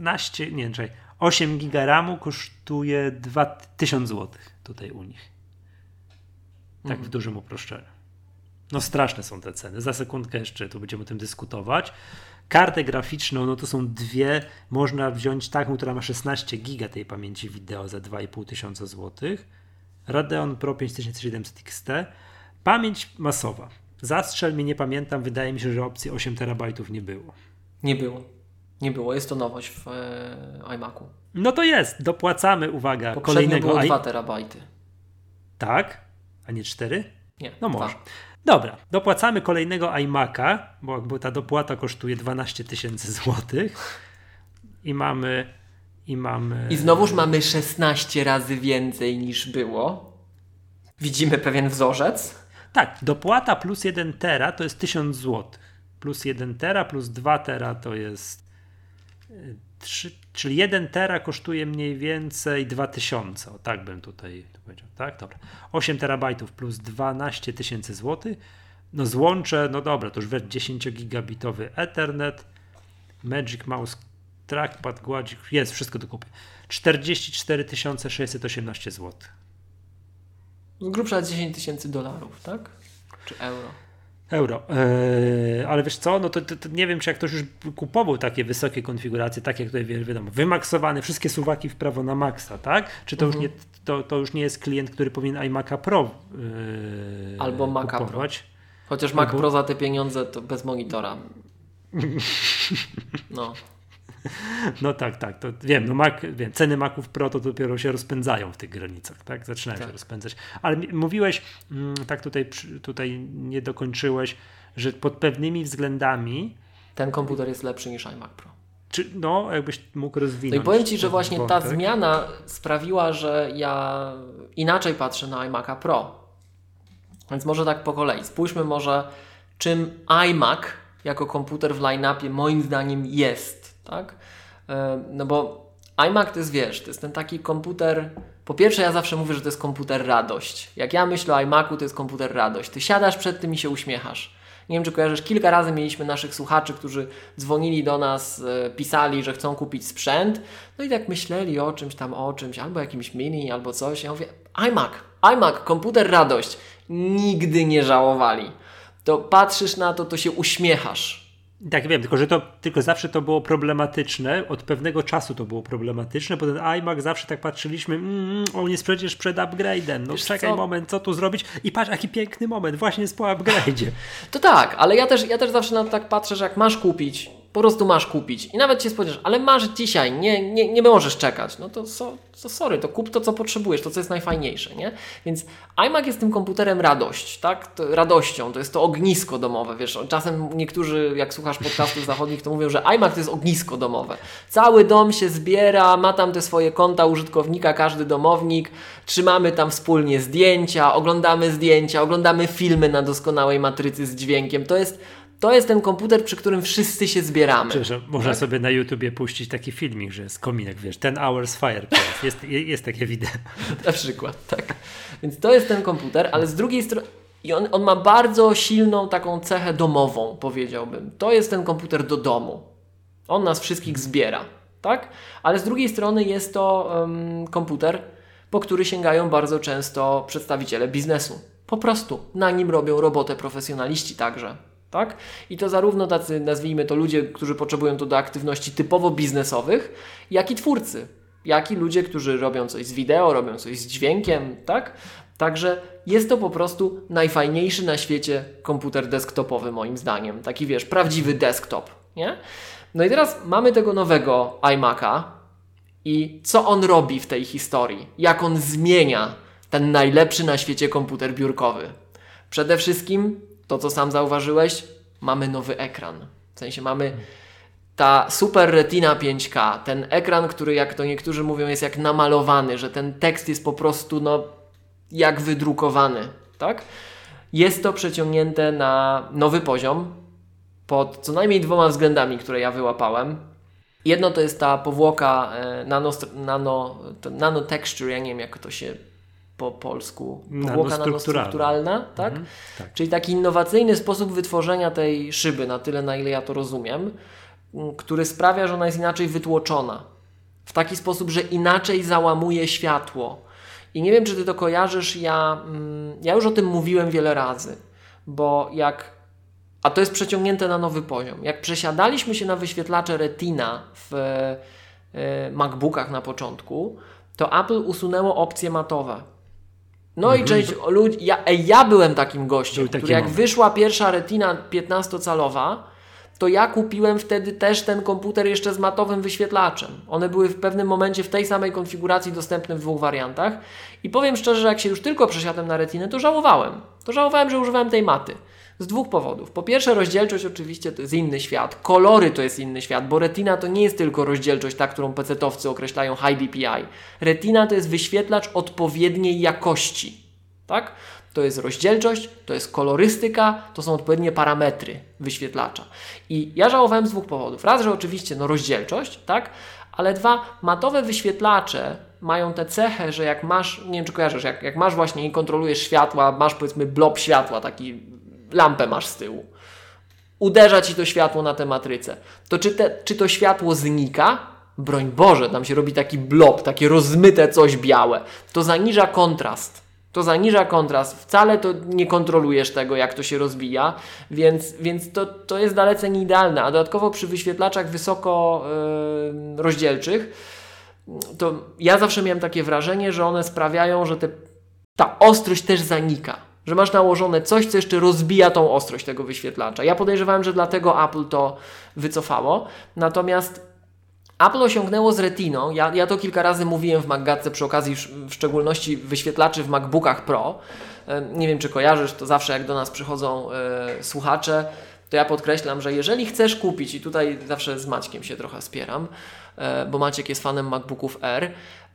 8 giga RAMu kosztuje 2000 zł tutaj u nich. Tak w dużym uproszczeniu. No straszne są te ceny. Za sekundkę jeszcze tu będziemy o tym dyskutować. Kartę graficzną, no to są dwie. Można wziąć taką, która ma 16 giga tej pamięci wideo za 2500 zł. Radeon Pro 5700 XT. Pamięć masowa. Zastrzel mnie, nie pamiętam. Wydaje mi się, że opcji 8 terabajtów nie było. Nie było. Jest to nowość w iMacu. No to jest. Dopłacamy, uwaga, poprzednio kolejnego... było 2 terabajty. Tak? A nie 4? Nie. No może. Dobra, dopłacamy kolejnego iMac'a, bo ta dopłata kosztuje 12 000 złotych i mamy... I znowuż mamy 16 razy więcej niż było. Widzimy pewien wzorzec. Tak, dopłata plus 1 tera to jest 1000 złotych. Plus 1 tera plus 2 tera to jest 3, czyli 1 tera kosztuje mniej więcej 2000. O, tak bym tutaj powiedział. Tak, dobra. 8 terabajtów plus 12 000 złotych. No złączę, no dobra, to już 10-gigabitowy Ethernet, Magic Mouse, Trackpad, gładzik, jest wszystko do kupy. 44 618 zł. Z grubsza $10,000, tak? Czy euro? Ale wiesz co, no to nie wiem, czy jak ktoś już kupował takie wysokie konfiguracje, tak jak tutaj wiadomo, wymaksowane, wszystkie suwaki w prawo na maksa, tak? Czy to, to już nie jest klient, który powinien iMac'a Pro albo Maca Pro. Chociaż Mac Pro za te pieniądze to bez monitora. No. No tak, to wiem, ceny Maców Pro to dopiero się rozpędzają w tych granicach, tak? Zaczynają się rozpędzać. Ale mówiłeś, tak tutaj nie dokończyłeś, że pod pewnymi względami ten komputer jest lepszy niż iMac Pro. Jakbyś mógł rozwinąć. No i powiem Ci, że właśnie ta zmiana sprawiła, że ja inaczej patrzę na iMaca Pro. Więc może tak po kolei. Spójrzmy może, czym iMac jako komputer w line-upie moim zdaniem jest, tak? No bo iMac to jest, to jest ten taki komputer. Po pierwsze, ja zawsze mówię, że to jest komputer radość. Jak ja myślę o iMacu, to jest komputer radość. Ty siadasz przed tym i się uśmiechasz. Nie wiem, czy kojarzysz, kilka razy mieliśmy naszych słuchaczy, którzy dzwonili do nas, pisali, że chcą kupić sprzęt, no i tak myśleli o czymś, albo jakimś mini, albo coś. Ja mówię, iMac, komputer radość. Nigdy nie żałowali. To patrzysz na to się uśmiechasz. Tak, wiem, tylko zawsze to było problematyczne, od pewnego czasu to było problematyczne, bo ten iMac zawsze tak patrzyliśmy, on jest przecież przed upgrade'em, no czekaj moment, co tu zrobić i patrz, jaki piękny moment, właśnie jest po upgrade'zie. To tak, ale ja też zawsze na to tak patrzę, że jak masz kupić, po prostu masz kupić i nawet Cię spodziewasz, ale masz dzisiaj, nie możesz czekać, no to sorry, to kup to, co potrzebujesz, to, co jest najfajniejsze, nie? Więc iMac jest tym komputerem radość, tak? Radością, to jest to ognisko domowe, wiesz, czasem niektórzy, jak słuchasz podcastów zachodnich, to mówią, że iMac to jest ognisko domowe. Cały dom się zbiera, ma tam te swoje konta użytkownika, każdy domownik, trzymamy tam wspólnie zdjęcia, oglądamy filmy na doskonałej matrycy z dźwiękiem, to jest ten komputer, przy którym wszyscy się zbieramy. Można sobie na YouTubie puścić taki filmik, że jest kominek, 10 hours fireplace. Jest takie wideo. Na przykład, tak. Więc to jest ten komputer, ale z drugiej strony i on ma bardzo silną taką cechę domową, powiedziałbym. To jest ten komputer do domu. On nas wszystkich zbiera, tak? Ale z drugiej strony jest to komputer, po który sięgają bardzo często przedstawiciele biznesu. Po prostu na nim robią robotę profesjonaliści także. Tak? I to zarówno tacy, nazwijmy to, ludzie, którzy potrzebują to do aktywności typowo biznesowych, jak i twórcy, jak i ludzie, którzy robią coś z wideo, robią coś z dźwiękiem, tak? Także jest to po prostu najfajniejszy na świecie komputer desktopowy moim zdaniem. Taki prawdziwy desktop, nie? No i teraz mamy tego nowego iMac'a i co on robi w tej historii? Jak on zmienia ten najlepszy na świecie komputer biurkowy? Przede wszystkim to, co sam zauważyłeś, mamy nowy ekran. W sensie mamy ta Super Retina 5K, ten ekran, który, jak to niektórzy mówią, jest jak namalowany, że ten tekst jest po prostu jak wydrukowany. Tak? Jest to przeciągnięte na nowy poziom pod co najmniej 2 względami, które ja wyłapałem. Jedno to jest ta powłoka nano texture, ja nie wiem, jak to się po polsku, powłoka nanostrukturalna, tak? Tak? Czyli taki innowacyjny sposób wytworzenia tej szyby, na tyle, na ile ja to rozumiem, który sprawia, że ona jest inaczej wytłoczona. W taki sposób, że inaczej załamuje światło. I nie wiem, czy Ty to kojarzysz, ja już o tym mówiłem wiele razy, bo a to jest przeciągnięte na nowy poziom. Jak przesiadaliśmy się na wyświetlacze Retina w MacBookach na początku, to Apple usunęło opcje matowe. No i część ludzi, ja byłem takim gościem, który jak wyszła pierwsza Retina 15-calowa, to ja kupiłem wtedy też ten komputer jeszcze z matowym wyświetlaczem. One były w pewnym momencie w tej samej konfiguracji dostępne w 2 wariantach i powiem szczerze, że jak się już tylko przesiadłem na Retinę, to żałowałem. Że używałem tej maty. Z 2 powodów. Po pierwsze, rozdzielczość oczywiście to jest inny świat. Kolory to jest inny świat, bo Retina to nie jest tylko rozdzielczość, ta, którą PC-towcy określają High DPI. Retina to jest wyświetlacz odpowiedniej jakości. Tak? To jest rozdzielczość, to jest kolorystyka, to są odpowiednie parametry wyświetlacza. I ja żałowałem z 2 powodów. Raz, że oczywiście rozdzielczość, tak? Ale 2, matowe wyświetlacze mają tę cechę, że jak masz, nie wiem czy kojarzysz, jak masz właśnie i kontrolujesz światła, masz powiedzmy blob światła, taki lampę masz z tyłu. Uderza Ci to światło na tę matrycę. To czy to światło znika? Broń Boże, tam się robi taki blob, takie rozmyte coś białe. To zaniża kontrast. Wcale to nie kontrolujesz tego, jak to się rozbija, więc to jest dalece nieidealne. A dodatkowo przy wyświetlaczach wysoko rozdzielczych, to ja zawsze miałem takie wrażenie, że one sprawiają, że ta ostrość też zanika. Że masz nałożone coś, co jeszcze rozbija tą ostrość tego wyświetlacza. Ja podejrzewałem, że dlatego Apple to wycofało. Natomiast Apple osiągnęło z Retiną, ja to kilka razy mówiłem w MacGadce przy okazji w szczególności wyświetlaczy w MacBookach Pro. Nie wiem, czy kojarzysz, to zawsze jak do nas przychodzą słuchacze, to ja podkreślam, że jeżeli chcesz kupić, i tutaj zawsze z Maćkiem się trochę spieram, bo Maciek jest fanem MacBooków Air,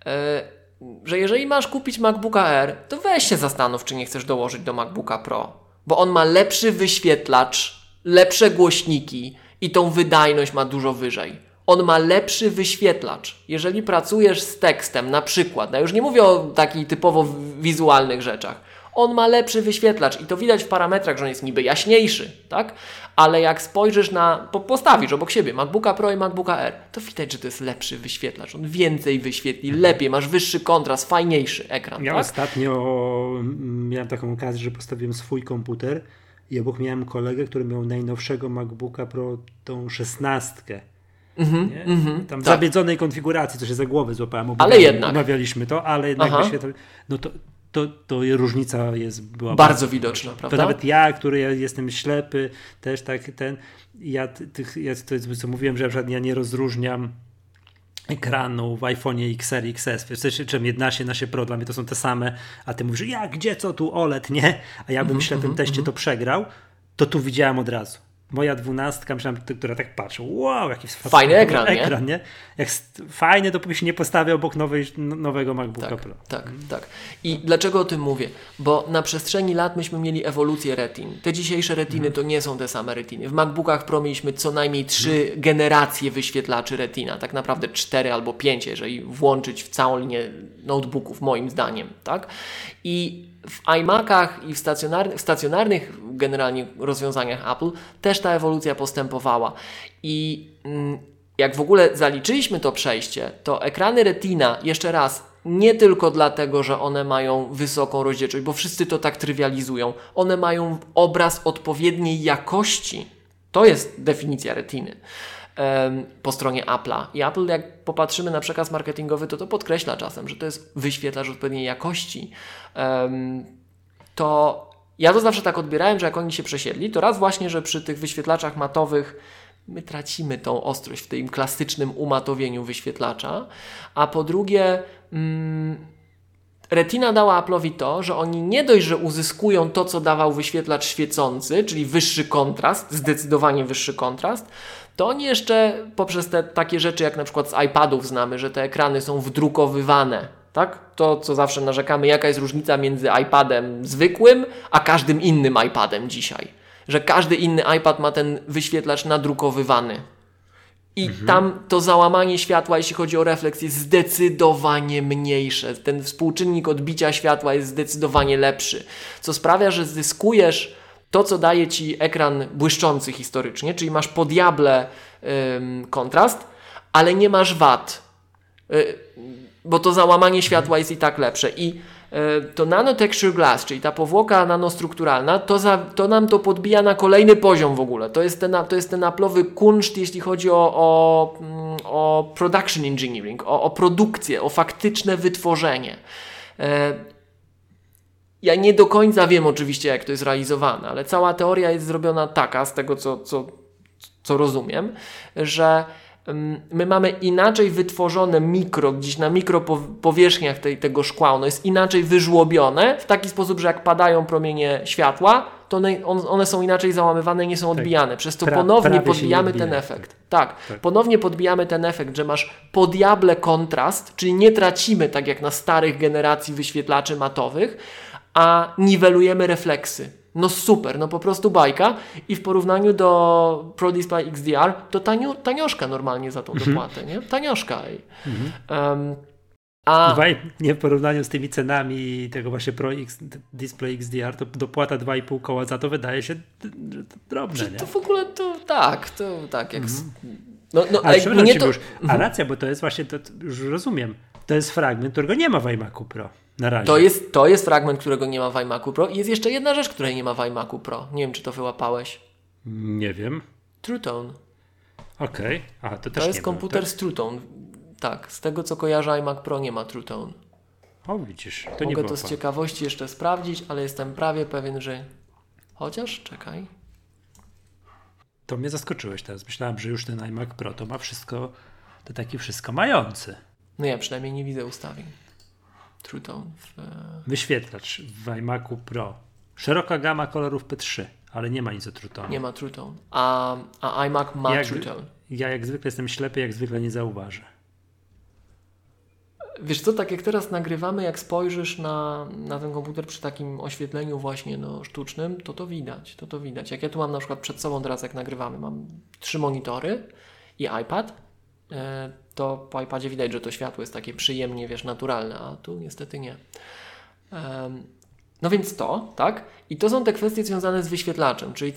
że jeżeli masz kupić MacBooka Air, to weź się zastanów, czy nie chcesz dołożyć do MacBooka Pro, bo on ma lepszy wyświetlacz, lepsze głośniki i tą wydajność ma dużo wyżej. On ma lepszy wyświetlacz. Jeżeli pracujesz z tekstem, na przykład, ja już nie mówię o takich typowo wizualnych rzeczach, on ma lepszy wyświetlacz i to widać w parametrach, że on jest niby jaśniejszy, tak? Ale jak spojrzysz postawisz obok siebie MacBooka Pro i MacBooka Air, to widać, że to jest lepszy wyświetlacz. On więcej wyświetli, lepiej, masz wyższy kontrast, fajniejszy ekran. Ja tak? ostatnio miałem taką okazję, że postawiłem swój komputer i obok miałem kolegę, który miał najnowszego MacBooka Pro, tą 16. Tam w zabiedzonej konfiguracji, co się za głowę złapałem. Ale jednak. Omawialiśmy to, ale jednak wyświetlacz. No to różnica była bardzo widoczna, prawda? To nawet ja, który jestem ślepy, też tak to jest, co mówiłem, że na przykład ja nie rozróżniam ekranu w iPhone'ie XR i XS. W czym 11 Pro dla mnie to są te same, a ty mówisz, gdzie, co tu OLED, nie? A ja bym w ślepym teście to przegrał, to tu widziałem od razu. Moja 12, myślałem, która tak patrzy, wow, jaki fajny ekran, nie? Jak fajny, to się nie postawia obok nowego MacBooka Pro. Tak. I dlaczego o tym mówię? Bo na przestrzeni lat myśmy mieli ewolucję retin. Te dzisiejsze retiny to nie są te same retiny. W MacBookach Pro mieliśmy co najmniej 3 generacje wyświetlaczy retina. Tak naprawdę 4 albo 5, jeżeli włączyć w całą linię notebooków, moim zdaniem. Tak? I w iMacach i w stacjonarnych generalnie rozwiązaniach Apple też ta ewolucja postępowała. I jak w ogóle zaliczyliśmy to przejście, to ekrany Retina, jeszcze raz, nie tylko dlatego, że one mają wysoką rozdzielczość, bo wszyscy to tak trywializują. One mają obraz odpowiedniej jakości. To jest definicja Retiny po stronie Apple'a. I Apple, jak popatrzymy na przekaz marketingowy, to podkreśla czasem, że to jest wyświetlacz odpowiedniej jakości. To ja to zawsze tak odbierałem, że jak oni się przesiedli, to raz właśnie, że przy tych wyświetlaczach matowych my tracimy tą ostrość w tym klasycznym umatowieniu wyświetlacza, a po drugie Retina dała Apple'owi to, że oni nie dość, że uzyskują to, co dawał wyświetlacz świecący, czyli wyższy kontrast, zdecydowanie wyższy kontrast, to oni jeszcze poprzez te takie rzeczy, jak na przykład z iPadów znamy, że te ekrany są wdrukowywane, tak? To, co zawsze narzekamy, jaka jest różnica między iPadem zwykłym, a każdym innym iPadem dzisiaj. Że każdy inny iPad ma ten wyświetlacz nadrukowywany. I tam to załamanie światła, jeśli chodzi o refleks, jest zdecydowanie mniejsze. Ten współczynnik odbicia światła jest zdecydowanie lepszy. Co sprawia, że zyskujesz to, co daje Ci ekran błyszczący historycznie, czyli masz po diable kontrast, ale nie masz wad. Bo to załamanie światła jest i tak lepsze. I to nanotexture glass, czyli ta powłoka nanostrukturalna, to nam to podbija na kolejny poziom w ogóle. To jest ten Apple'owy kunszt, jeśli chodzi o production engineering, o produkcję, o faktyczne wytworzenie. Ja nie do końca wiem oczywiście, jak to jest realizowane, ale cała teoria jest zrobiona taka, z tego co rozumiem, że my mamy inaczej wytworzone gdzieś na mikropowierzchniach tego szkła, ono jest inaczej wyżłobione w taki sposób, że jak padają promienie światła, to one są inaczej załamywane i nie są odbijane. Przez to ponownie podbijamy ten efekt. Tak, ponownie podbijamy ten efekt, że masz po diable kontrast, czyli nie tracimy tak jak na starych generacji wyświetlaczy matowych, a niwelujemy refleksy. No super, no po prostu bajka i w porównaniu do Pro Display XDR to tanioszka normalnie za tą dopłatę, nie? Tanioszka. Nie w porównaniu z tymi cenami tego właśnie Pro Display XDR, to dopłata 2,5 koła za to wydaje się drobne, nie? To w ogóle to tak jak... A racja, bo to jest właśnie, to już rozumiem, to jest fragment, którego nie ma w iMacu Pro. Na razie. To jest fragment, którego nie ma w iMacu Pro i jest jeszcze jedna rzecz, której nie ma w iMacu Pro. Nie wiem, czy to wyłapałeś. Nie wiem. True Tone. Okej. To też jest komputer z True Tone. Tak, z tego co kojarzę, iMac Pro nie ma True Tone. O, widzisz, to Mogę nie było to z ciekawości jeszcze sprawdzić, ale jestem prawie pewien, że... Chociaż, czekaj. To mnie zaskoczyłeś teraz. Myślałem, że już ten iMac Pro to ma wszystko, to taki wszystko mający. No ja przynajmniej nie widzę ustawień. True Tone. Wyświetlacz w iMacu Pro. Szeroka gama kolorów P3, ale nie ma nic o True Tone. Nie ma True Tone. A iMac ma True Tone. Ja jak zwykle jestem ślepy, jak zwykle nie zauważę. Wiesz co, tak jak teraz nagrywamy, jak spojrzysz na ten komputer przy takim oświetleniu właśnie sztucznym, to widać. To widać. Jak ja tu mam na przykład przed sobą teraz, jak nagrywamy, mam 3 monitory i iPad, to po iPadzie widać, że to światło jest takie przyjemnie, wiesz, naturalne, a tu niestety nie. No więc to, tak? I to są te kwestie związane z wyświetlaczem, czyli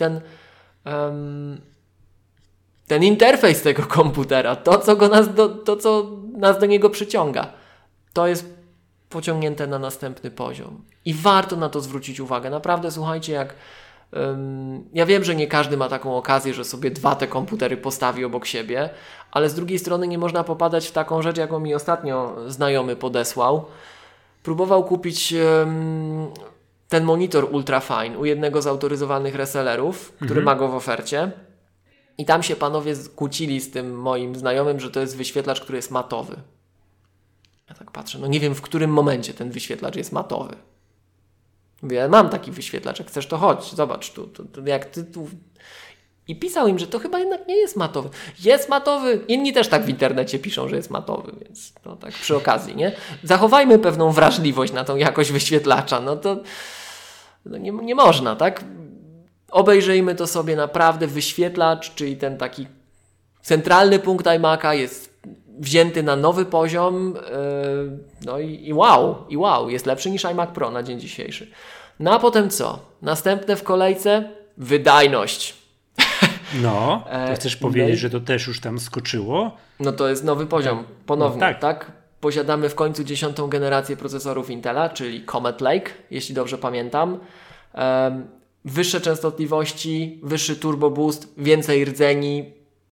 ten interfejs tego komputera, to co nas do niego przyciąga, to jest pociągnięte na następny poziom. I warto na to zwrócić uwagę. Naprawdę, słuchajcie, jak ja wiem, że nie każdy ma taką okazję, że sobie 2 te komputery postawi obok siebie, ale z drugiej strony nie można popadać w taką rzecz, jaką mi ostatnio znajomy podesłał. Próbował kupić ten monitor ultrafine u jednego z autoryzowanych resellerów, który ma go w ofercie. I tam się panowie kłócili z tym moim znajomym, że to jest wyświetlacz, który jest matowy. Ja tak patrzę, no nie wiem, w którym momencie ten wyświetlacz jest matowy. Mówię, ja mam taki wyświetlacz, jak chcesz to chodź, zobacz tu jak ty tu... I pisał im, że to chyba jednak nie jest matowy. Jest matowy! Inni też tak w internecie piszą, że jest matowy, więc to tak przy okazji, nie? Zachowajmy pewną wrażliwość na tą jakość wyświetlacza, no to nie można, tak? Obejrzyjmy to sobie naprawdę. Wyświetlacz, czyli ten taki centralny punkt iMac'a jest wzięty na nowy poziom, no i wow, jest lepszy niż iMac Pro na dzień dzisiejszy. No a potem co? Następne w kolejce? Wydajność. No, to chcesz powiedzieć, że to też już tam skoczyło? No to jest nowy poziom, ponownie, no tak? Posiadamy w końcu 10. generację procesorów Intela, czyli Comet Lake, jeśli dobrze pamiętam. Wyższe częstotliwości, wyższy turbo boost, więcej rdzeni.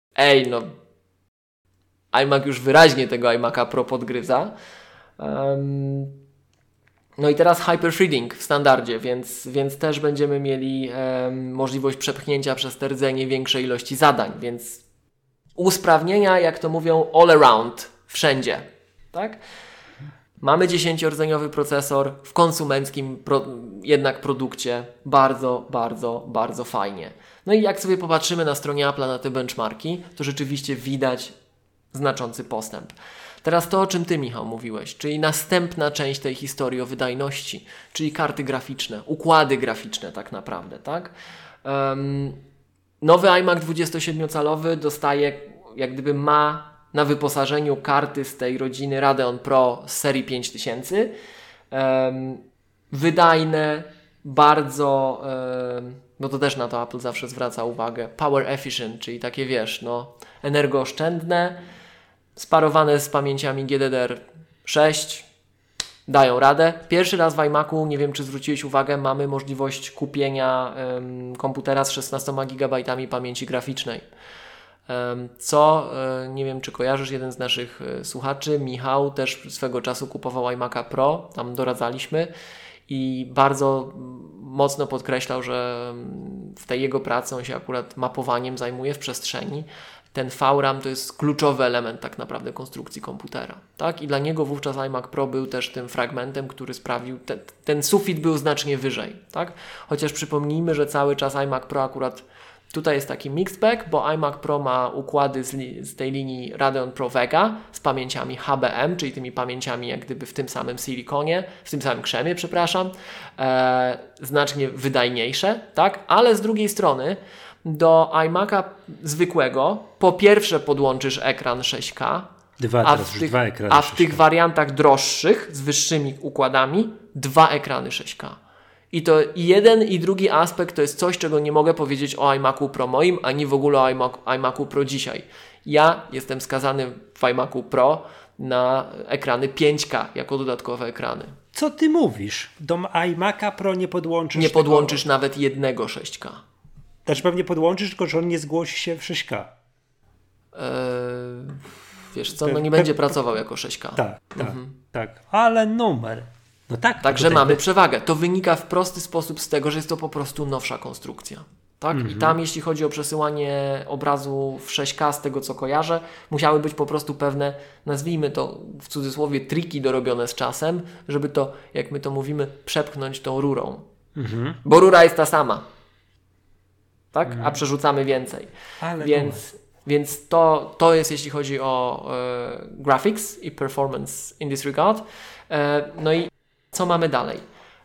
iMac już wyraźnie tego iMac'a Pro podgryza. No i teraz Hyper-Threading w standardzie, więc też będziemy mieli możliwość przepchnięcia przez te rdzenie większej ilości zadań, więc usprawnienia, jak to mówią, all around, wszędzie. Tak? Mamy 10-rdzeniowy procesor w konsumenckim jednak produkcie. Bardzo, bardzo, bardzo fajnie. No i jak sobie popatrzymy na stronie Apple'a na te benchmarki, to rzeczywiście widać znaczący postęp. Teraz to, o czym Ty, Michał, mówiłeś, czyli następna część tej historii o wydajności, czyli karty graficzne, układy graficzne tak naprawdę, tak? Nowy iMac 27-calowy dostaje, jak gdyby ma na wyposażeniu karty z tej rodziny Radeon Pro z serii 5000. Wydajne, bardzo, no to też na to Apple zawsze zwraca uwagę, power efficient, czyli takie wiesz, energooszczędne, sparowane z pamięciami GDDR6, dają radę. Pierwszy raz w iMacu, nie wiem czy zwróciłeś uwagę, mamy możliwość kupienia komputera z 16 GB pamięci graficznej. Co, nie wiem czy kojarzysz, jeden z naszych słuchaczy, Michał, też swego czasu kupował iMac'a Pro, tam doradzaliśmy i bardzo mocno podkreślał, że w tej jego pracy on się akurat mapowaniem zajmuje w przestrzeni. Ten VRAM to jest kluczowy element tak naprawdę konstrukcji komputera. Tak? I dla niego wówczas iMac Pro był też tym fragmentem, który sprawił, ten sufit był znacznie wyżej. Tak? Chociaż przypomnijmy, że cały czas iMac Pro akurat tutaj jest taki mixed bag, bo iMac Pro ma układy z tej linii Radeon Pro Vega z pamięciami HBM, czyli tymi pamięciami jak gdyby w tym samym silikonie, w tym samym krzemie, przepraszam, znacznie wydajniejsze, tak? Ale z drugiej strony do iMac'a zwykłego po pierwsze podłączysz ekran 6K, a w tych wariantach droższych z wyższymi układami 2 ekrany 6K. I to i jeden i drugi aspekt to jest coś, czego nie mogę powiedzieć o iMacu Pro moim, ani w ogóle o iMacu Pro dzisiaj. Ja jestem skazany w iMacu Pro na ekrany 5K jako dodatkowe ekrany. Co ty mówisz? Do iMac'a Pro nie podłączysz? Nie podłączysz nawet jednego 6K. Też pewnie podłączysz, tylko że on nie zgłosi się w 6K. Wiesz co, nie będzie pracował jako 6K. Tak. Tak, ale numer. No tak. Także mamy przewagę. To wynika w prosty sposób z tego, że jest to po prostu nowsza konstrukcja. Tak? I tam, jeśli chodzi o przesyłanie obrazu w 6K, z tego co kojarzę, musiały być po prostu pewne, nazwijmy to w cudzysłowie, triki dorobione z czasem, żeby to, jak my to mówimy, przepchnąć tą rurą. Bo rura jest ta sama. Tak? A przerzucamy więcej. Więc to jest, jeśli chodzi o graphics i performance in this regard. No i co mamy dalej?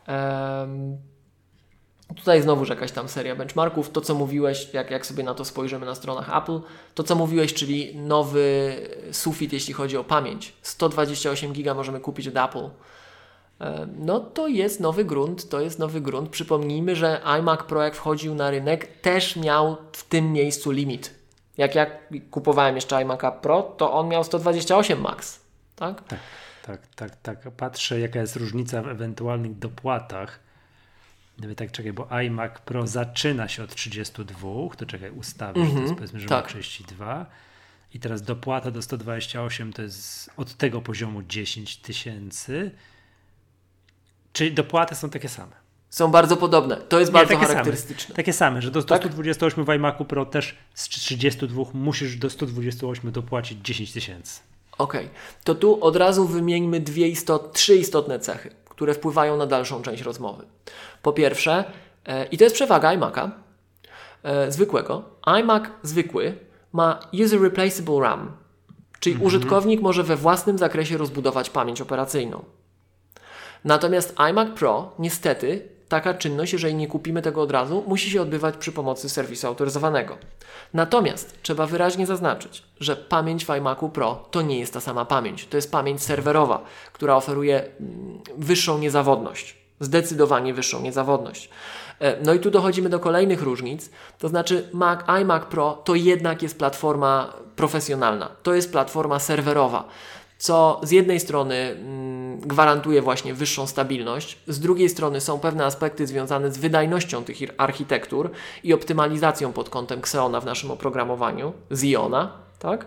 Tutaj znowuż jakaś tam seria benchmarków. To, co mówiłeś, jak sobie na to spojrzymy na stronach Apple, to, co mówiłeś, czyli nowy sufit, jeśli chodzi o pamięć. 128 GB możemy kupić od Apple. No to jest nowy grunt. Przypomnijmy, że iMac Pro, jak wchodził na rynek, też miał w tym miejscu limit. Jak ja kupowałem jeszcze iMac'a Pro, to on miał 128 max. Tak? Tak. Patrzę, jaka jest różnica w ewentualnych dopłatach. Tak, czekaj, bo iMac Pro zaczyna się od 32, to czekaj, ustawię, to jest, powiedzmy, że ma 32 i teraz dopłata do 128 to jest od tego poziomu 10 000, czyli dopłaty są takie same. Są bardzo podobne, to jest bardzo charakterystyczne. Takie same, że do 128 w iMacu Pro też z 32 musisz do 128 dopłacić 10 000. Okej, to tu od razu wymieńmy trzy istotne cechy, które wpływają na dalszą część rozmowy. Po pierwsze, i to jest przewaga iMac'a zwykłego, iMac zwykły ma User Replaceable RAM, czyli użytkownik może we własnym zakresie rozbudować pamięć operacyjną. Natomiast iMac Pro, niestety, taka czynność, jeżeli nie kupimy tego od razu, musi się odbywać przy pomocy serwisu autoryzowanego. Natomiast trzeba wyraźnie zaznaczyć, że pamięć w iMacu Pro to nie jest ta sama pamięć. To jest pamięć serwerowa, która oferuje wyższą niezawodność. Zdecydowanie wyższą niezawodność. No i tu dochodzimy do kolejnych różnic. To znaczy iMac Pro to jednak jest platforma profesjonalna. To jest platforma serwerowa, co z jednej strony gwarantuje właśnie wyższą stabilność, z drugiej strony są pewne aspekty związane z wydajnością tych architektur i optymalizacją pod kątem Xeona w naszym oprogramowaniu, Xeona, tak?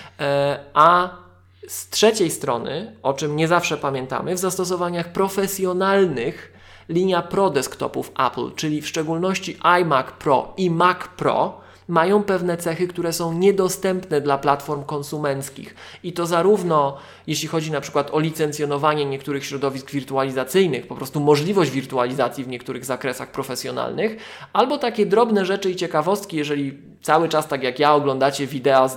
A z trzeciej strony, o czym nie zawsze pamiętamy, w zastosowaniach profesjonalnych linia Pro desktopów Apple, czyli w szczególności iMac Pro i Mac Pro, mają pewne cechy, które są niedostępne dla platform konsumenckich. I to zarówno jeśli chodzi na przykład o licencjonowanie niektórych środowisk wirtualizacyjnych, po prostu możliwość wirtualizacji w niektórych zakresach profesjonalnych, albo takie drobne rzeczy i ciekawostki, jeżeli cały czas, tak jak ja, oglądacie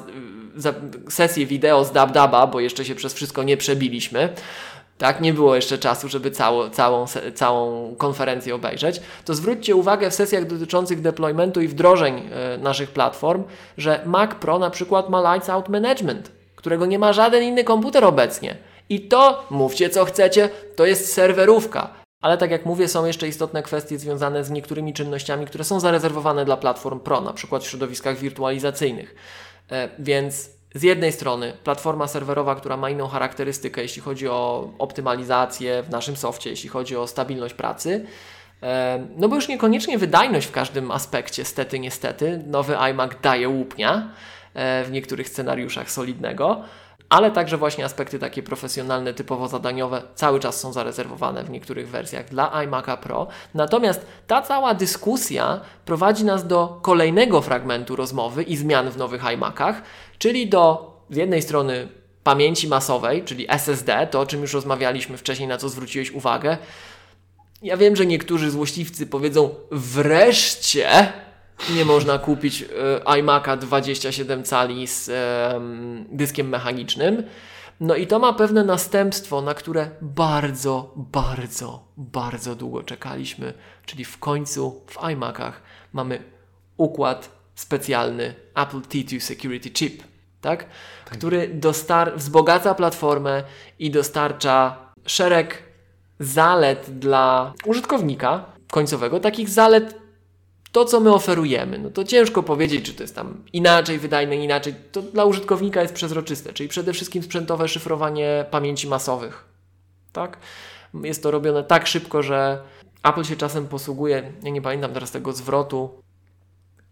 sesję wideo z DabDaba, bo jeszcze się przez wszystko nie przebiliśmy, tak, nie było jeszcze czasu, żeby całą konferencję obejrzeć, to zwróćcie uwagę w sesjach dotyczących deploymentu i wdrożeń naszych platform, że Mac Pro na przykład ma Lights Out Management, którego nie ma żaden inny komputer obecnie. I to, mówcie co chcecie, to jest serwerówka. Ale tak jak mówię, są jeszcze istotne kwestie związane z niektórymi czynnościami, które są zarezerwowane dla platform Pro, na przykład w środowiskach wirtualizacyjnych. Więc z jednej strony platforma serwerowa, która ma inną charakterystykę, jeśli chodzi o optymalizację w naszym softie, jeśli chodzi o stabilność pracy, no bo już niekoniecznie wydajność w każdym aspekcie, niestety, nowy iMac daje łupnia w niektórych scenariuszach solidnego, ale także właśnie aspekty takie profesjonalne, typowo zadaniowe cały czas są zarezerwowane w niektórych wersjach dla iMac'a Pro. Natomiast ta cała dyskusja prowadzi nas do kolejnego fragmentu rozmowy i zmian w nowych iMacach, czyli do z jednej strony pamięci masowej, czyli SSD, to o czym już rozmawialiśmy wcześniej, na co zwróciłeś uwagę. Ja wiem, że niektórzy złośliwcy powiedzą, wreszcie nie można kupić iMac'a 27 cali z dyskiem mechanicznym. No i to ma pewne następstwo, na które bardzo, bardzo, bardzo długo czekaliśmy. Czyli w końcu w iMac'ach mamy układ specjalny Apple T2 Security Chip, tak? Który wzbogaca platformę i dostarcza szereg zalet dla użytkownika końcowego, takich zalet, to co my oferujemy, no to ciężko powiedzieć, czy to jest tam inaczej, wydajne, inaczej, to dla użytkownika jest przezroczyste, czyli przede wszystkim sprzętowe szyfrowanie pamięci masowych, tak? Jest to robione tak szybko, że Apple się czasem posługuje, ja nie pamiętam teraz tego zwrotu,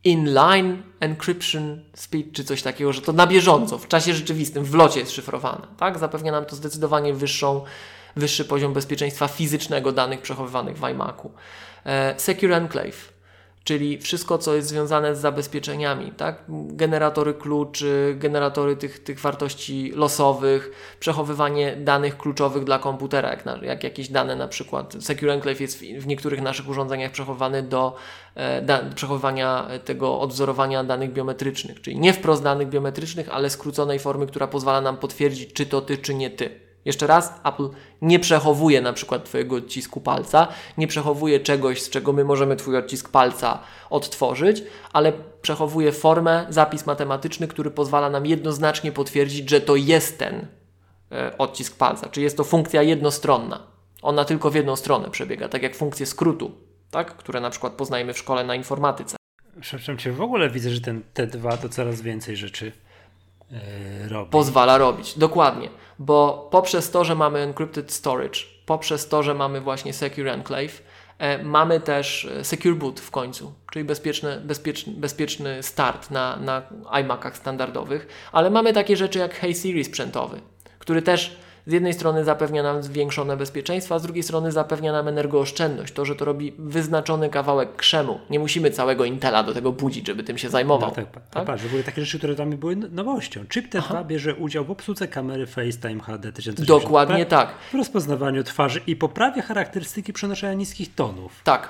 inline encryption speed, czy coś takiego, że to na bieżąco, w czasie rzeczywistym, w locie jest szyfrowane. Tak? Zapewnia nam to zdecydowanie wyższy poziom bezpieczeństwa fizycznego danych przechowywanych w iMacu. Secure Enclave, czyli wszystko, co jest związane z zabezpieczeniami, tak? Generatory kluczy, generatory tych wartości losowych, przechowywanie danych kluczowych dla komputera, jak jakieś dane na przykład. Secure Enclave jest w niektórych naszych urządzeniach przechowywany do przechowywania tego odwzorowania danych biometrycznych, czyli nie wprost danych biometrycznych, ale skróconej formy, która pozwala nam potwierdzić, czy to ty, czy nie ty. Jeszcze raz, Apple nie przechowuje na przykład twojego odcisku palca, nie przechowuje czegoś, z czego my możemy twój odcisk palca odtworzyć, ale przechowuje formę, zapis matematyczny, który pozwala nam jednoznacznie potwierdzić, że to jest ten odcisk palca, czyli jest to funkcja jednostronna. Ona tylko w jedną stronę przebiega, tak jak funkcje skrótu, tak? Które na przykład poznajemy w szkole na informatyce. Przepraszam cię, w ogóle widzę, że ten T2 to coraz więcej rzeczy robi. Pozwala robić, dokładnie. Bo poprzez to, że mamy encrypted storage, poprzez to, że mamy właśnie secure enclave, mamy też secure boot w końcu, czyli bezpieczny start na iMacach standardowych, ale mamy takie rzeczy jak Hey Siri sprzętowy, który też z jednej strony zapewnia nam zwiększone bezpieczeństwo, a z drugiej strony zapewnia nam energooszczędność. To, że to robi wyznaczony kawałek krzemu. Nie musimy całego Intela do tego budzić, żeby tym się zajmował. No, tak? Patrz, były takie rzeczy, które dla mnie były nowością. Chip T2 bierze udział w obsłudze kamery FaceTime HD 1080p. Dokładnie tak. W rozpoznawaniu twarzy i poprawie charakterystyki przenoszenia niskich tonów. Tak.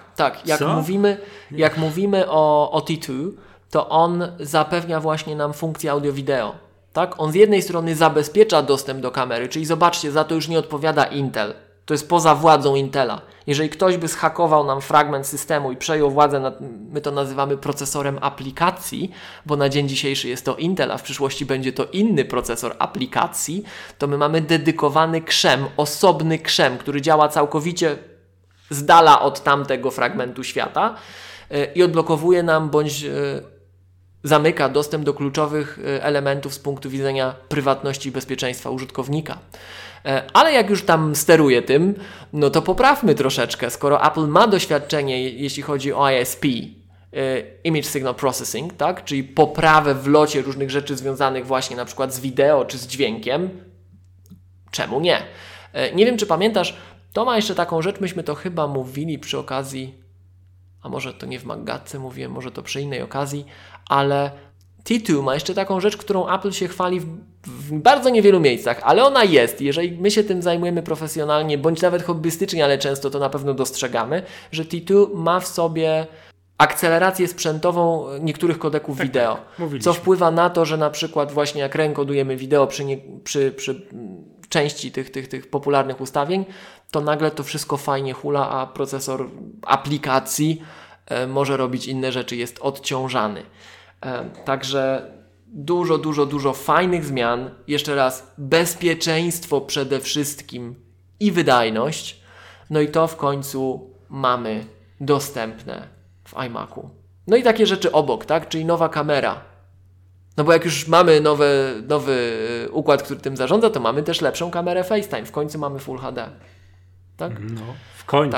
Jak mówimy o T2, to on zapewnia właśnie nam funkcję audio-wideo. Tak? On z jednej strony zabezpiecza dostęp do kamery, czyli zobaczcie, za to już nie odpowiada Intel. To jest poza władzą Intela. Jeżeli ktoś by zhakował nam fragment systemu i przejął władzę nad, my to nazywamy procesorem aplikacji, bo na dzień dzisiejszy jest to Intel, a w przyszłości będzie to inny procesor aplikacji, to my mamy dedykowany krzem, osobny krzem, który działa całkowicie z dala od tamtego fragmentu świata i odblokowuje nam bądź zamyka dostęp do kluczowych elementów z punktu widzenia prywatności i bezpieczeństwa użytkownika. Ale jak już tam steruje tym, no to poprawmy troszeczkę. Skoro Apple ma doświadczenie, jeśli chodzi o ISP, Image Signal Processing, tak? Czyli poprawę w locie różnych rzeczy związanych właśnie na przykład z wideo czy z dźwiękiem, czemu nie? Nie wiem, czy pamiętasz, to ma jeszcze taką rzecz, myśmy to chyba mówili przy okazji, a może to nie w Maggatce mówiłem, może to przy innej okazji, ale T2 ma jeszcze taką rzecz, którą Apple się chwali w bardzo niewielu miejscach, ale ona jest. Jeżeli my się tym zajmujemy profesjonalnie, bądź nawet hobbystycznie, ale często to na pewno dostrzegamy, że T2 ma w sobie akcelerację sprzętową niektórych kodeków wideo, co wpływa na to, że na przykład właśnie jak reenkodujemy wideo przy części tych popularnych ustawień, to nagle to wszystko fajnie hula, a procesor aplikacji może robić inne rzeczy, jest odciążany. Także dużo fajnych zmian. Jeszcze raz, bezpieczeństwo przede wszystkim i wydajność. No i to w końcu mamy dostępne w iMacu. No i takie rzeczy obok, tak? Czyli nowa kamera. No bo jak już mamy nowy układ, który tym zarządza, to mamy też lepszą kamerę FaceTime. W końcu mamy Full HD. Tak? No, w końcu.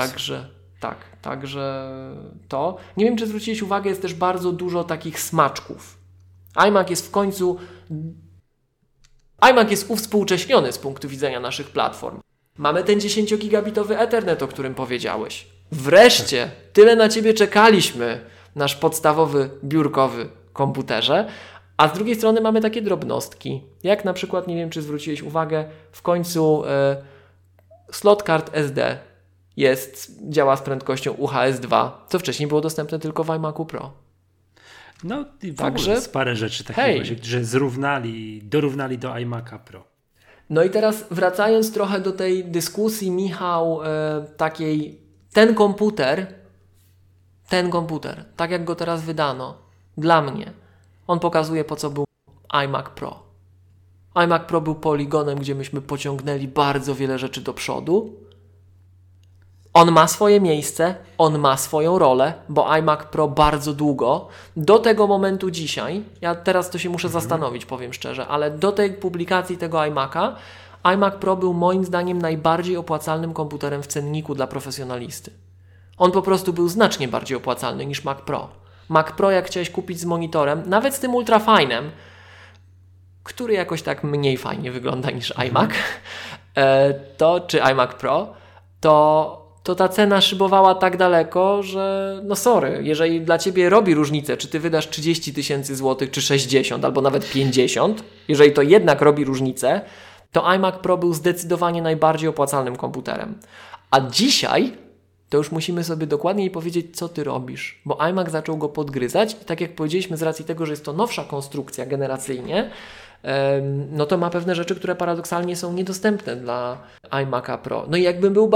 Także to. Nie wiem, czy zwróciłeś uwagę, jest też bardzo dużo takich smaczków. iMac jest uwspółcześniony z punktu widzenia naszych platform. Mamy ten 10-gigabitowy Ethernet, o którym powiedziałeś. Wreszcie, tyle na Ciebie czekaliśmy, nasz podstawowy, biurkowy komputerze. A z drugiej strony mamy takie drobnostki, jak na przykład, nie wiem, czy zwróciłeś uwagę, w końcu slot kart SD działa z prędkością UHS-2, co wcześniej było dostępne tylko w iMacu Pro. No i w ogóle jest parę rzeczy takich, że dorównali do iMaca Pro. No i teraz wracając trochę do tej dyskusji, Michał, takiej, ten komputer, tak jak go teraz wydano, dla mnie, on pokazuje, po co był iMac Pro. iMac Pro był poligonem, gdzie myśmy pociągnęli bardzo wiele rzeczy do przodu. On ma swoje miejsce, on ma swoją rolę, bo iMac Pro bardzo długo, do tego momentu dzisiaj, ja teraz to się muszę zastanowić, powiem szczerze, ale do tej publikacji tego iMaca, iMac Pro był moim zdaniem najbardziej opłacalnym komputerem w cenniku dla profesjonalisty. On po prostu był znacznie bardziej opłacalny niż Mac Pro. Mac Pro, jak chciałeś kupić z monitorem, nawet z tym ultrafinem, który jakoś tak mniej fajnie wygląda niż iMac, czy iMac Pro, to ta cena szybowała tak daleko, że no sorry, jeżeli dla Ciebie robi różnicę, czy Ty wydasz 30 000 złotych, czy 60, albo nawet 50, jeżeli to jednak robi różnicę, to iMac Pro był zdecydowanie najbardziej opłacalnym komputerem. A dzisiaj to już musimy sobie dokładniej powiedzieć, co Ty robisz, bo iMac zaczął go podgryzać i tak jak powiedzieliśmy, z racji tego, że jest to nowsza konstrukcja generacyjnie, no to ma pewne rzeczy, które paradoksalnie są niedostępne dla iMac'a Pro. No i jakbym był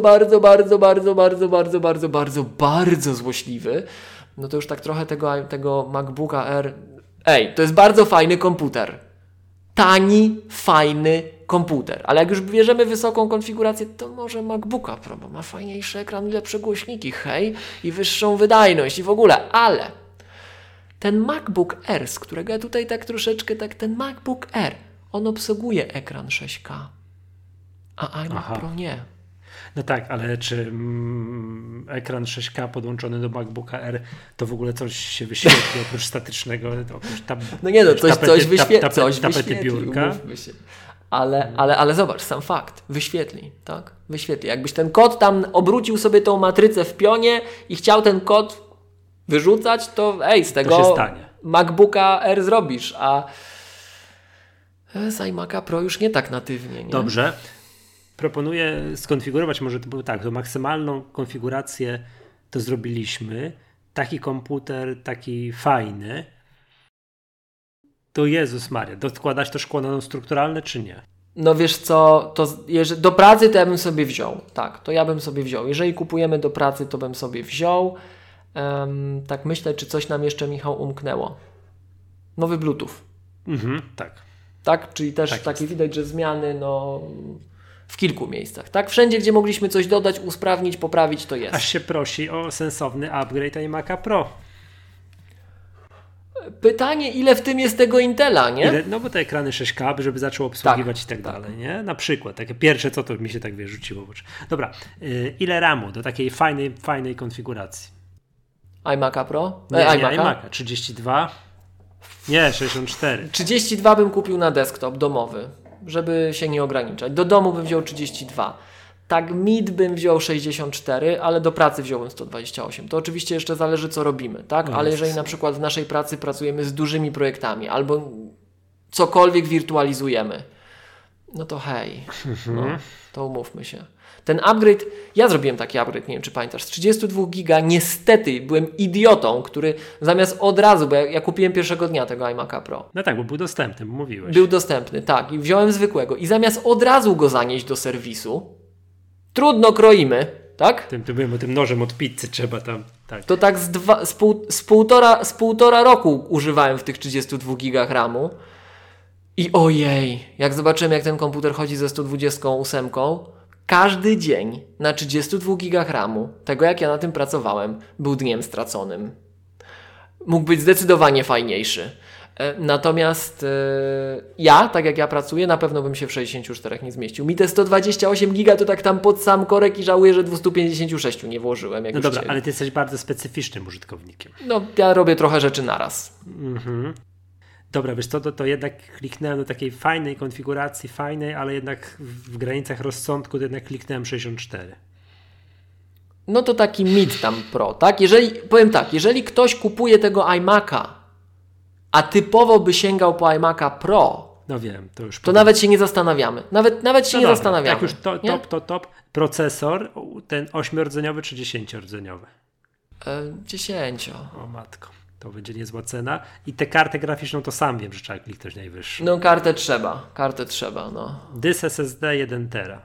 bardzo złośliwy, no to już tak trochę tego MacBooka Air... to jest bardzo fajny komputer. Tani, fajny komputer. Ale jak już bierzemy wysoką konfigurację, to może MacBooka Pro, bo ma fajniejszy ekran i lepsze głośniki, i wyższą wydajność i w ogóle, ale ten MacBook Air, z którego ja tutaj tak troszeczkę, ten MacBook Air, on obsługuje ekran 6K, a iMac Pro nie. No tak, ale czy ekran 6K podłączony do MacBooka Air to w ogóle coś się wyświetli oprócz statycznego, coś tapety biurka? Się. Ale zobacz, sam fakt, wyświetli, tak? Wyświetli. Jakbyś ten kod tam obrócił sobie tą matrycę w pionie i chciał ten kod wyrzucać, to z tego MacBooka Air zrobisz, a z iMac'a Pro już nie tak natywnie. Nie? Dobrze. Proponuję skonfigurować, może to było tak, to maksymalną konfigurację to zrobiliśmy. Taki komputer, taki fajny. To Jezus Maria, dokładać to szkło nanostrukturalne czy nie? No wiesz co, do pracy to ja bym sobie wziął. Tak, to ja bym sobie wziął. Jeżeli kupujemy do pracy, to bym sobie wziął. Tak myślę, czy coś nam jeszcze, Michał, umknęło. Nowy Bluetooth. Tak. Tak, czyli też tak takie widać, że zmiany w kilku miejscach. Tak, wszędzie, gdzie mogliśmy coś dodać, usprawnić, poprawić, to jest. Aż się prosi o sensowny upgrade iMac'a Pro. Pytanie, ile w tym jest tego Intela, nie? No bo te ekrany 6K, żeby zaczął obsługiwać i tak dalej, nie? Na przykład, takie pierwsze, co to mi się tak rzuciło w oczy. Dobra, ile RAMu do takiej fajnej konfiguracji? iMac'a Pro? Nie, iMac'a. 32? Nie, 64. 32 bym kupił na desktop domowy, żeby się nie ograniczać. Do domu bym wziął 32. Tak mid bym wziął 64, ale do pracy wziąłbym 128. To oczywiście jeszcze zależy, co robimy, tak? Ale jeżeli na przykład w naszej pracy pracujemy z dużymi projektami cokolwiek wirtualizujemy, no to to umówmy się. Ten upgrade, ja zrobiłem taki upgrade, nie wiem czy pamiętasz, z 32 giga niestety byłem idiotą, który zamiast od razu, bo ja kupiłem pierwszego dnia tego iMac'a Pro. No tak, bo był dostępny, bo mówiłeś. Był dostępny, tak, i wziąłem zwykłego i zamiast od razu go zanieść do serwisu, trudno kroimy, tak? Tym nożem od pizzy trzeba tam, tak. To tak z półtora roku używałem w tych 32 gigach RAMu i ojej, jak zobaczyłem jak ten komputer chodzi ze 128, każdy dzień na 32 gigach RAMu, tego jak ja na tym pracowałem, był dniem straconym. Mógł być zdecydowanie fajniejszy. Natomiast ja, tak jak ja pracuję, na pewno bym się w 64 nie zmieścił. Mi te 128 giga to tak tam pod sam korek i żałuję, że 256 nie włożyłem. No dobra, ale ty jesteś bardzo specyficznym użytkownikiem. No, ja robię trochę rzeczy naraz. Dobra, wiesz co, to jednak kliknąłem do takiej fajnej konfiguracji, ale jednak w granicach rozsądku to jednak kliknąłem 64. No to taki mid tam Pro, tak? Jeżeli ktoś kupuje tego iMac'a, a typowo by sięgał po iMac'a Pro, no wiem, to nawet się nie zastanawiamy. Nawet się nie zastanawiamy. Jak już top, procesor, ten 8-rdzeniowy czy 10-rdzeniowy? 10. O matko. To będzie niezła cena. I tę kartę graficzną to sam wiem, że trzeba kliknąć najwyższą. No kartę trzeba, no. Dysk SSD 1 tera.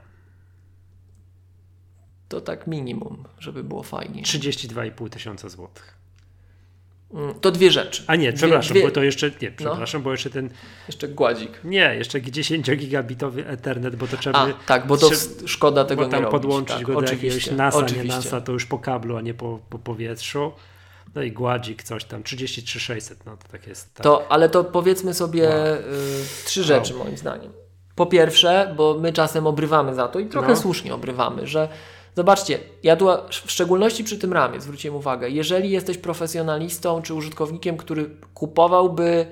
To tak minimum, żeby było fajnie. 32,5 tysiąca złotych. To dwie rzeczy. A nie, przepraszam, bo to jeszcze, bo jeszcze ten... Jeszcze gładzik. Nie, jeszcze 10-gigabitowy Ethernet, bo to trzeba... tak, bo to szkoda tego nie robić. Bo tam podłączyć go do jakiegoś NASA, nie NASA, to już po kablu, a nie po powietrzu. No i gładzik, coś tam, 33600, no to tak jest. Tak. Ale to powiedzmy sobie trzy rzeczy moim zdaniem. Po pierwsze, bo my czasem obrywamy za to i trochę słusznie obrywamy, że Zobaczcie, ja tu w szczególności przy tym ramie zwróciłem uwagę, jeżeli jesteś profesjonalistą czy użytkownikiem, który kupowałby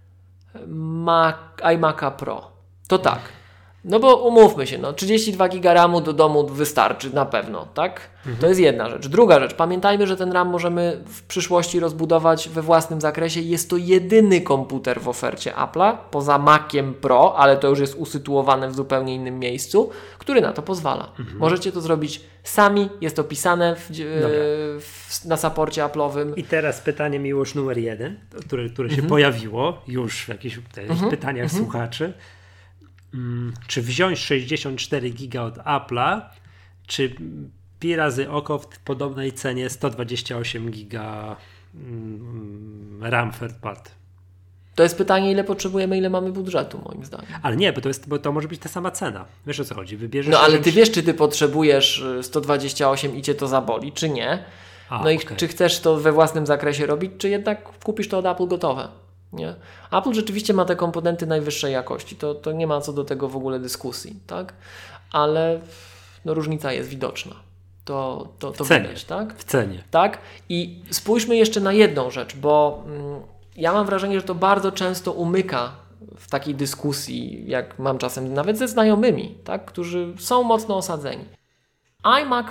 iMac'a Pro, to tak. No bo umówmy się, 32 GB RAMu do domu wystarczy na pewno, tak? To jest jedna rzecz. Druga rzecz, pamiętajmy, że ten RAM możemy w przyszłości rozbudować we własnym zakresie. Jest to jedyny komputer w ofercie Apple'a, poza Maciem Pro, ale to już jest usytuowane w zupełnie innym miejscu, który na to pozwala. Możecie to zrobić sami, jest opisane na supporcie Apple'owym. I teraz pytanie miłość numer 1, które się pojawiło już w jakichś pytaniach słuchaczy. Czy wziąć 64 giga od Apple'a, czy pi razy oko w podobnej cenie 128 giga RAM third party? To jest pytanie, ile potrzebujemy, ile mamy budżetu, moim zdaniem. Ale nie, bo to może być ta sama cena. Wiesz, o co chodzi? Wybierzesz ale ty wiesz, czy ty potrzebujesz 128 i cię to zaboli, czy nie. Czy chcesz to we własnym zakresie robić, czy jednak kupisz to od Apple gotowe. Nie? Apple rzeczywiście ma te komponenty najwyższej jakości, to nie ma co do tego w ogóle dyskusji, tak? Ale różnica jest widoczna. To widać, tak? W cenie. Tak? I spójrzmy jeszcze na jedną rzecz, bo ja mam wrażenie, że to bardzo często umyka w takiej dyskusji, jak mam czasem nawet ze znajomymi, tak? Którzy są mocno osadzeni. iMac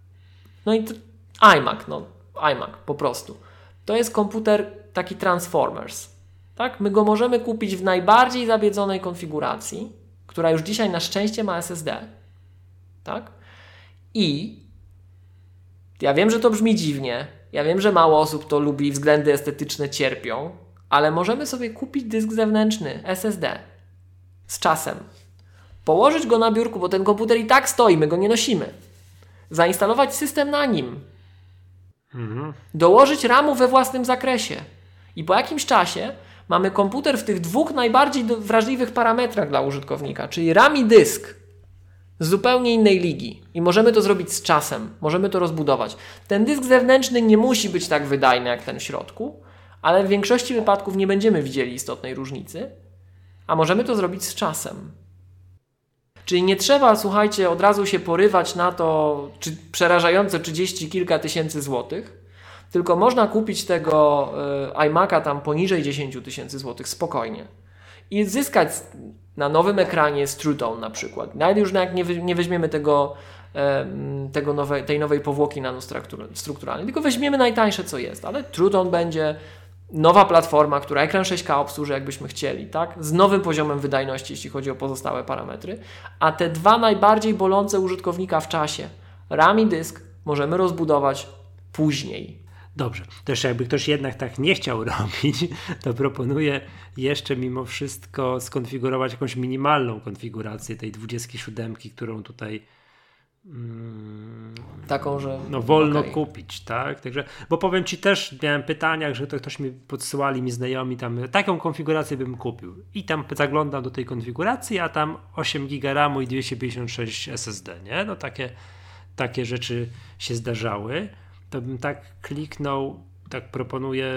po prostu. To jest komputer taki Transformers. Tak? My go możemy kupić w najbardziej zabiedzonej konfiguracji, która już dzisiaj na szczęście ma SSD. Tak? I ja wiem, że to brzmi dziwnie, ja wiem, że mało osób to lubi, względy estetyczne cierpią, ale możemy sobie kupić dysk zewnętrzny SSD z czasem. Położyć go na biurku, bo ten komputer i tak stoi, my go nie nosimy. Zainstalować system na nim. Dołożyć RAMu we własnym zakresie. I po jakimś czasie mamy komputer w tych dwóch najbardziej wrażliwych parametrach dla użytkownika, czyli RAM i dysk z zupełnie innej ligi. I możemy to zrobić z czasem, możemy to rozbudować. Ten dysk zewnętrzny nie musi być tak wydajny jak ten w środku, ale w większości wypadków nie będziemy widzieli istotnej różnicy, a możemy to zrobić z czasem. Czyli nie trzeba, słuchajcie, od razu się porywać na to przerażające 30 kilka tysięcy złotych, tylko można kupić tego iMac'a tam poniżej 10 tysięcy złotych spokojnie i zyskać na nowym ekranie z True Tone na przykład. Nawet już jak nie weźmiemy tej nowej powłoki nanostrukturalnej, tylko weźmiemy najtańsze co jest, ale True Tone będzie nowa platforma, która ekran 6K obsłuży jakbyśmy chcieli, tak? Z nowym poziomem wydajności, jeśli chodzi o pozostałe parametry, a te dwa najbardziej bolące użytkownika w czasie, RAM i dysk, możemy rozbudować później. Dobrze, też jakby ktoś jednak tak nie chciał robić, to proponuję jeszcze mimo wszystko skonfigurować jakąś minimalną konfigurację tej 27, którą tutaj taką, że wolno kupić, tak? Także, bo powiem Ci też, miałem pytaniach, że to ktoś mi podsyłali mi znajomi tam, taką konfigurację bym kupił i tam zaglądam do tej konfiguracji, a tam 8 GB RAMu i 256 SSD, nie? No takie rzeczy się zdarzały. To bym tak kliknął, tak proponuję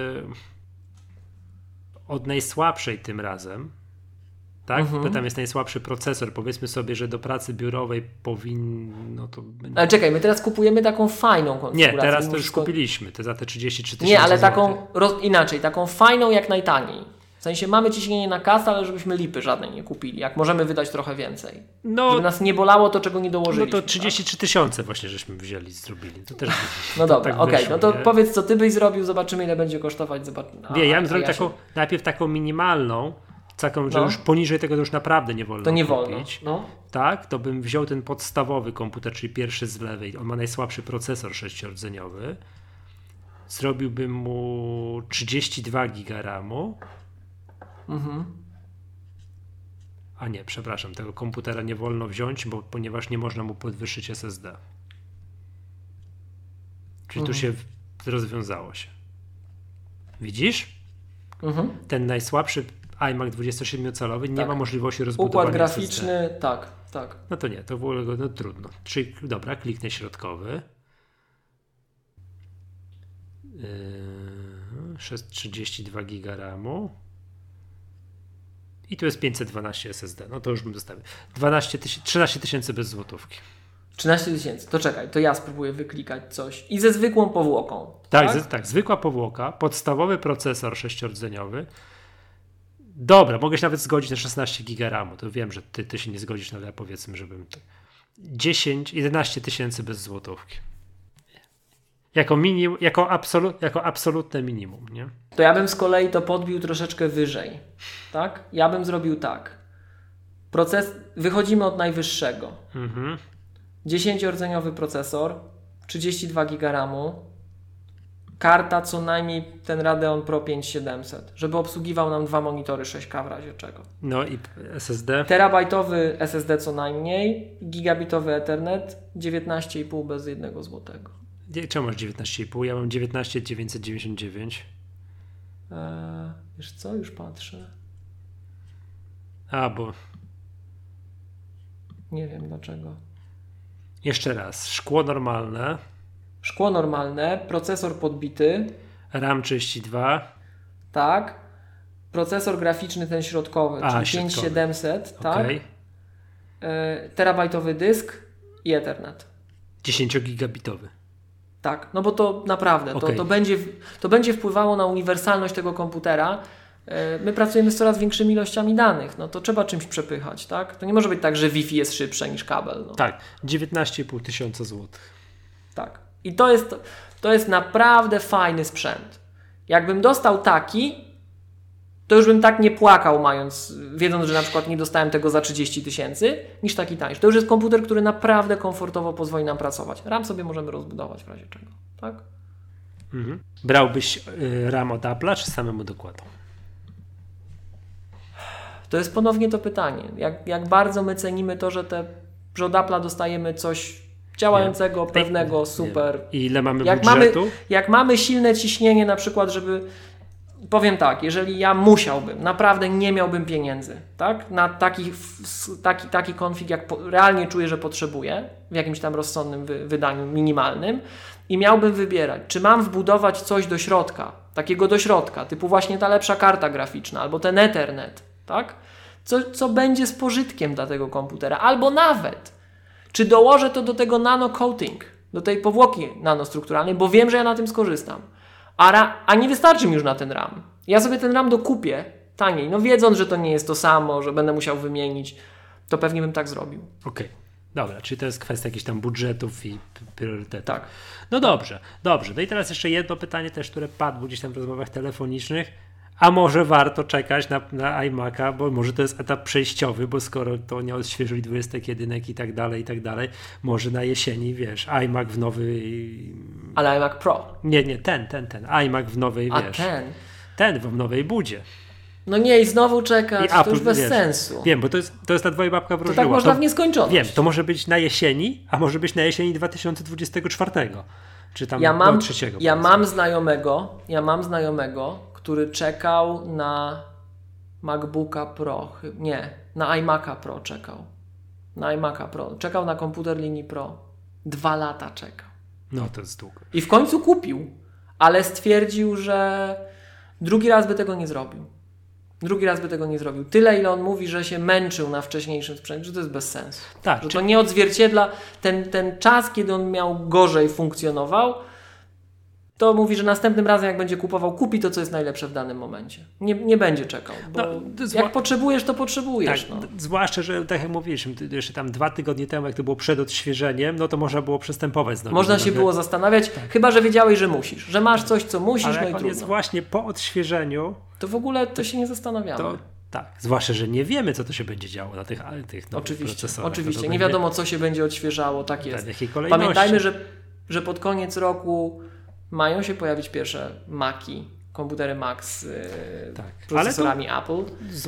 od najsłabszej tym razem, tak? Bo tam jest najsłabszy procesor. Powiedzmy sobie, że do pracy biurowej powinno to... Ale czekaj, my teraz kupujemy taką fajną konfigurację. Nie, teraz to już kupiliśmy, to za te 33 tysiące. Nie, ale inaczej, taką fajną jak najtaniej. W sensie mamy ciśnienie na kasę, ale żebyśmy lipy żadnej nie kupili. Jak możemy wydać trochę więcej. Żeby nas nie bolało to, czego nie dołożyliśmy. No to 33 tysiące właśnie żeśmy zrobili. To też no dobra, tak okej. No to powiedz, co ty byś zrobił, zobaczymy, ile będzie kosztować. Ja bym zrobił najpierw taką minimalną, że już poniżej tego to już naprawdę nie wolno kupić. Tak, to bym wziął ten podstawowy komputer, czyli pierwszy z lewej. On ma najsłabszy procesor 6-rdzeniowy. Zrobiłbym mu 32 GB RAMu. A nie, przepraszam, tego komputera nie wolno wziąć, ponieważ nie można mu podwyższyć SSD. Czyli tu się rozwiązało się. Widzisz? Ten najsłabszy iMac 27-calowy nie ma możliwości rozbudowania układ graficzny, SSD. Tak. No to nie, to było trudno. Czyli dobra, kliknę środkowy. 32 GB RAMu. I tu jest 512 SSD. No to już bym zostawił. 13 tysięcy bez złotówki. 13 000. To czekaj, to ja spróbuję wyklikać coś. I ze zwykłą powłoką. Tak, zwykła powłoka, podstawowy procesor 6-rdzeniowy. Dobra, mogę się nawet zgodzić na 16 GB RAMu. To wiem, że ty się nie zgodzisz, ale powiedzmy, żebym... 11 tysięcy bez złotówki. Jako absolutne minimum, nie? To ja bym z kolei to podbił troszeczkę wyżej. Tak? Ja bym zrobił tak. Wychodzimy od najwyższego. 10-rdzeniowy procesor, 32 GB RAMu, karta co najmniej ten Radeon Pro 5700, żeby obsługiwał nam 2 monitory 6K w razie czego. No i SSD? Terabajtowy SSD co najmniej, gigabitowy Ethernet, 19,5 bez 1 złotego. Czemu masz 19,5? Ja mam 19,999. Wiesz co? Już patrzę. Bo... Nie wiem dlaczego. Jeszcze raz. Szkło normalne. Szkło normalne, procesor podbity. RAM 32. Tak. Procesor graficzny ten środkowy, czyli 5700. Okay. Tak. Terabajtowy dysk i Ethernet. 10-gigabitowy. Tak, no bo to naprawdę, to będzie wpływało na uniwersalność tego komputera. My pracujemy z coraz większymi ilościami danych, no to trzeba czymś przepychać, tak? To nie może być tak, że Wi-Fi jest szybsze niż kabel. No. Tak, 19,5 tysiąca złotych. Tak. I to jest naprawdę fajny sprzęt. Jakbym dostał taki, to już bym tak nie płakał, wiedząc, że na przykład nie dostałem tego za 30 tysięcy, niż taki tańszy. To już jest komputer, który naprawdę komfortowo pozwoli nam pracować. RAM sobie możemy rozbudować w razie czego, tak? Brałbyś RAM od Apple'a, czy samemu dokładał? To jest ponownie to pytanie. Jak bardzo my cenimy to, że od Apple'a dostajemy coś działającego, pewnego, super. I ile mamy budżetu? Jak mamy silne ciśnienie na przykład, żeby... Powiem tak, jeżeli ja musiałbym, naprawdę nie miałbym pieniędzy, tak? Na taki konfig, jak realnie czuję, że potrzebuję, w jakimś tam rozsądnym wydaniu minimalnym i miałbym wybierać, czy mam wbudować coś do środka, takiego do środka, typu właśnie ta lepsza karta graficzna albo ten Ethernet, tak? Co będzie z pożytkiem dla tego komputera, albo nawet, czy dołożę to do tego nano coating, do tej powłoki nanostrukturalnej, bo wiem, że ja na tym skorzystam. A nie wystarczy mi już na ten RAM. Ja sobie ten RAM dokupię taniej. No wiedząc, że to nie jest to samo, że będę musiał wymienić, to pewnie bym tak zrobił. Okej. Dobra, czyli to jest kwestia jakichś tam budżetów i priorytetów. Tak. No dobrze. No i teraz jeszcze jedno pytanie też, które padło gdzieś tam w rozmowach telefonicznych. A może warto czekać na iMac'a, bo może to jest etap przejściowy, bo skoro to nie odświeżyli 21 i tak dalej, może na jesieni, wiesz, iMac w nowej... Ale iMac Pro? Nie, ten iMac w nowej, wiesz. Ten w nowej budzie. No nie, i znowu czekać, to już bez sensu. Wiem, bo to jest ta dwoje babka wróżyła. To tak można w nieskończoność. Wiem, to może być na jesieni, a może być na jesieni 2024. Czy tam do trzeciego. Ja mam znajomego, który czekał na MacBooka Pro. Nie, na iMac'a Pro czekał. Na iMac'a Pro. Czekał na komputer linii Pro. 2 lata czekał. No to jest długo. I w końcu kupił, ale stwierdził, że drugi raz by tego nie zrobił. Tyle, ile on mówi, że się męczył na wcześniejszym sprzęcie, że to jest bez sensu. Tak, że to nie odzwierciedla ten czas, kiedy on miał gorzej funkcjonował, to mówi, że następnym razem jak będzie kupował, kupi to, co jest najlepsze w danym momencie. Nie będzie czekał, bo jak potrzebujesz, to potrzebujesz. Tak, zwłaszcza, że tak jak mówiliśmy, jeszcze tam 2 tygodnie temu, jak to było przed odświeżeniem, no to można było przystępować znowu. Można się było zastanawiać, chyba że wiedziałeś, że musisz, że masz coś, co musisz, ale no i jak on trudno. jest właśnie po odświeżeniu, to w ogóle to się nie zastanawiamy. Tak, zwłaszcza, że nie wiemy, co to się będzie działo na tych nowych procesorach. Oczywiście, nie wiadomo, co się będzie odświeżało, tak jest. Pamiętajmy, że pod koniec roku mają się pojawić pierwsze Maci, komputery Mac z procesorami Apple.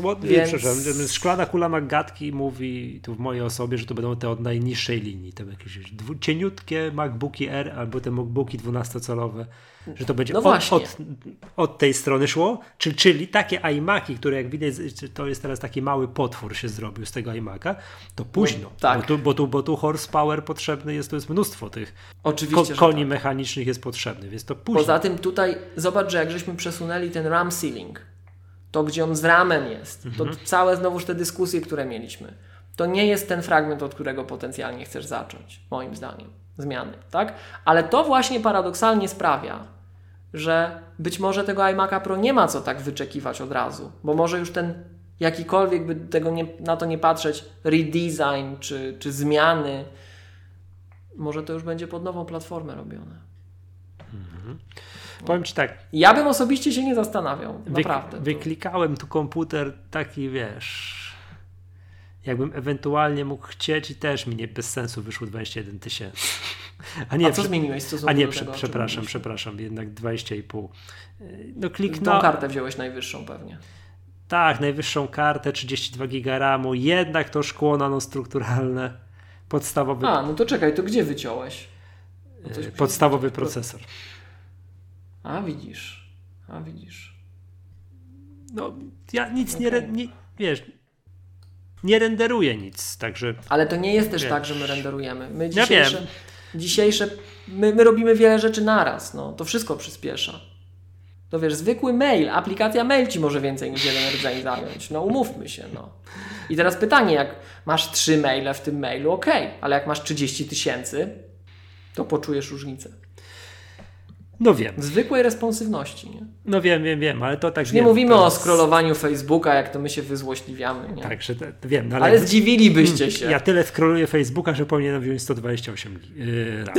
Szklana kula Maggatki mówi tu w mojej osobie, że to będą te od najniższej linii, te jakieś cieniutkie MacBooki Air albo te MacBooki 12-calowe, że to będzie od tej strony szło, czyli takie iMaki, które jak widać, to jest teraz taki mały potwór się zrobił z tego iMac'a, to późno, bo tu horsepower potrzebny jest, to jest mnóstwo tych koni mechanicznych jest potrzebny, więc to późno. Poza tym tutaj zobacz, że jak żeśmy przesunęli ten RAM ceiling, to gdzie on z ramem jest, to całe znowuż te dyskusje, które mieliśmy, to nie jest ten fragment, od którego potencjalnie chcesz zacząć, moim zdaniem, zmiany, tak? Ale to właśnie paradoksalnie sprawia, że być może tego iMac'a Pro nie ma co tak wyczekiwać od razu, bo może już ten jakikolwiek by na to nie patrzeć, redesign czy zmiany, może to już będzie pod nową platformę robione. Powiem Ci tak. Ja bym osobiście się nie zastanawiał, naprawdę. Wyklikałem tu komputer taki, wiesz, jakbym ewentualnie mógł chcieć i też mi nie bez sensu wyszło 21 000. A co zmieniłeś w stosunku do tego? Przepraszam, jednak 20,5. No Tą kartę wziąłeś najwyższą pewnie. Tak, najwyższą kartę, 32 GB RAM-u, jednak to szkło nanostrukturalne, podstawowy... no to czekaj, to gdzie wyciąłeś? Podstawowy procesor. A widzisz. No, ja nic nie renderuję nic, także... Ale to nie jest też tak, że my renderujemy. My robimy wiele rzeczy naraz, no, to wszystko przyspiesza. To wiesz, zwykły mail, aplikacja mail ci może więcej niż jeden rdzeń zająć, no umówmy się, no. I teraz pytanie, jak masz 3 maile w tym mailu, okej, ale jak masz 30 000, to poczujesz różnicę. No wiem. Zwykłej responsywności, nie? No wiem, ale to tak... Już nie mówimy o scrollowaniu Facebooka, jak to my się wyzłośliwiamy, nie? Tak, że wiem. No, ale zdziwilibyście się. Ja tyle scrolluję Facebooka, że powinienem wziąć 128 RAM.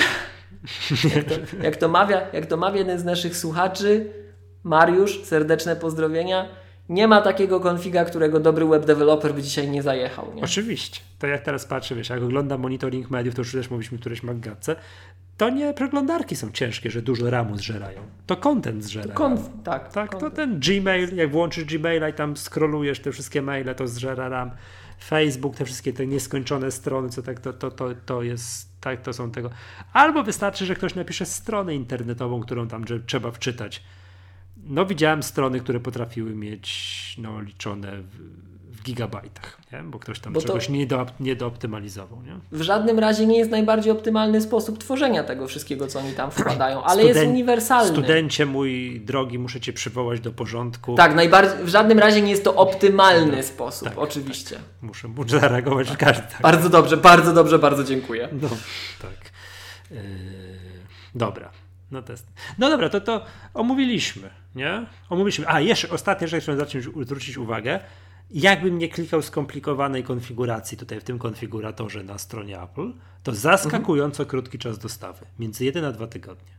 Jak to mawia jeden z naszych słuchaczy, Mariusz, serdeczne pozdrowienia, nie ma takiego konfiga, którego dobry web developer by dzisiaj nie zajechał, nie? Oczywiście. To jak teraz patrzę, wiesz, jak oglądam monitoring mediów, to już też mówiliśmy któreś MacGadce, to nie przeglądarki są ciężkie, że dużo RAMu zżerają. To content zżera. Tak, to ten Gmail, jak włączysz Gmaila i tam scrollujesz te wszystkie maile, to zżera RAM. Facebook, te wszystkie te nieskończone strony, co tak, to jest, tak, to są tego. Albo wystarczy, że ktoś napisze stronę internetową, którą tam trzeba wczytać. No widziałem strony, które potrafiły mieć liczone w gigabajtach, nie? Bo ktoś tam czegoś nie dooptymalizował. Nie? W żadnym razie nie jest najbardziej optymalny sposób tworzenia tego wszystkiego, co oni tam wkładają, ale jest uniwersalny. Studencie mój drogi, muszę Cię przywołać do porządku. Tak, w żadnym razie nie jest to optymalny sposób, tak, oczywiście. Tak. Muszę zareagować w każdym. Tak. Bardzo dobrze, bardzo dziękuję. No, tak. Dobra. No dobra, to omówiliśmy, nie? A, jeszcze ostatnia rzecz, którą zwrócić uwagę. Jakbym nie klikał skomplikowanej konfiguracji tutaj w tym konfiguratorze na stronie Apple, to zaskakująco krótki czas dostawy. Między 1 a 2 tygodnie.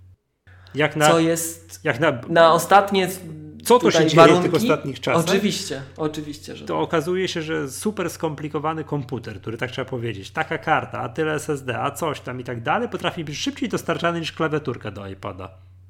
Na ostatnie co to się dzieje w tych ostatnich czasach? Oczywiście, że to okazuje się, że super skomplikowany komputer, który tak trzeba powiedzieć, taka karta, a tyle SSD, a coś tam i tak dalej, potrafi być szybciej dostarczany niż klawiaturka do iPada.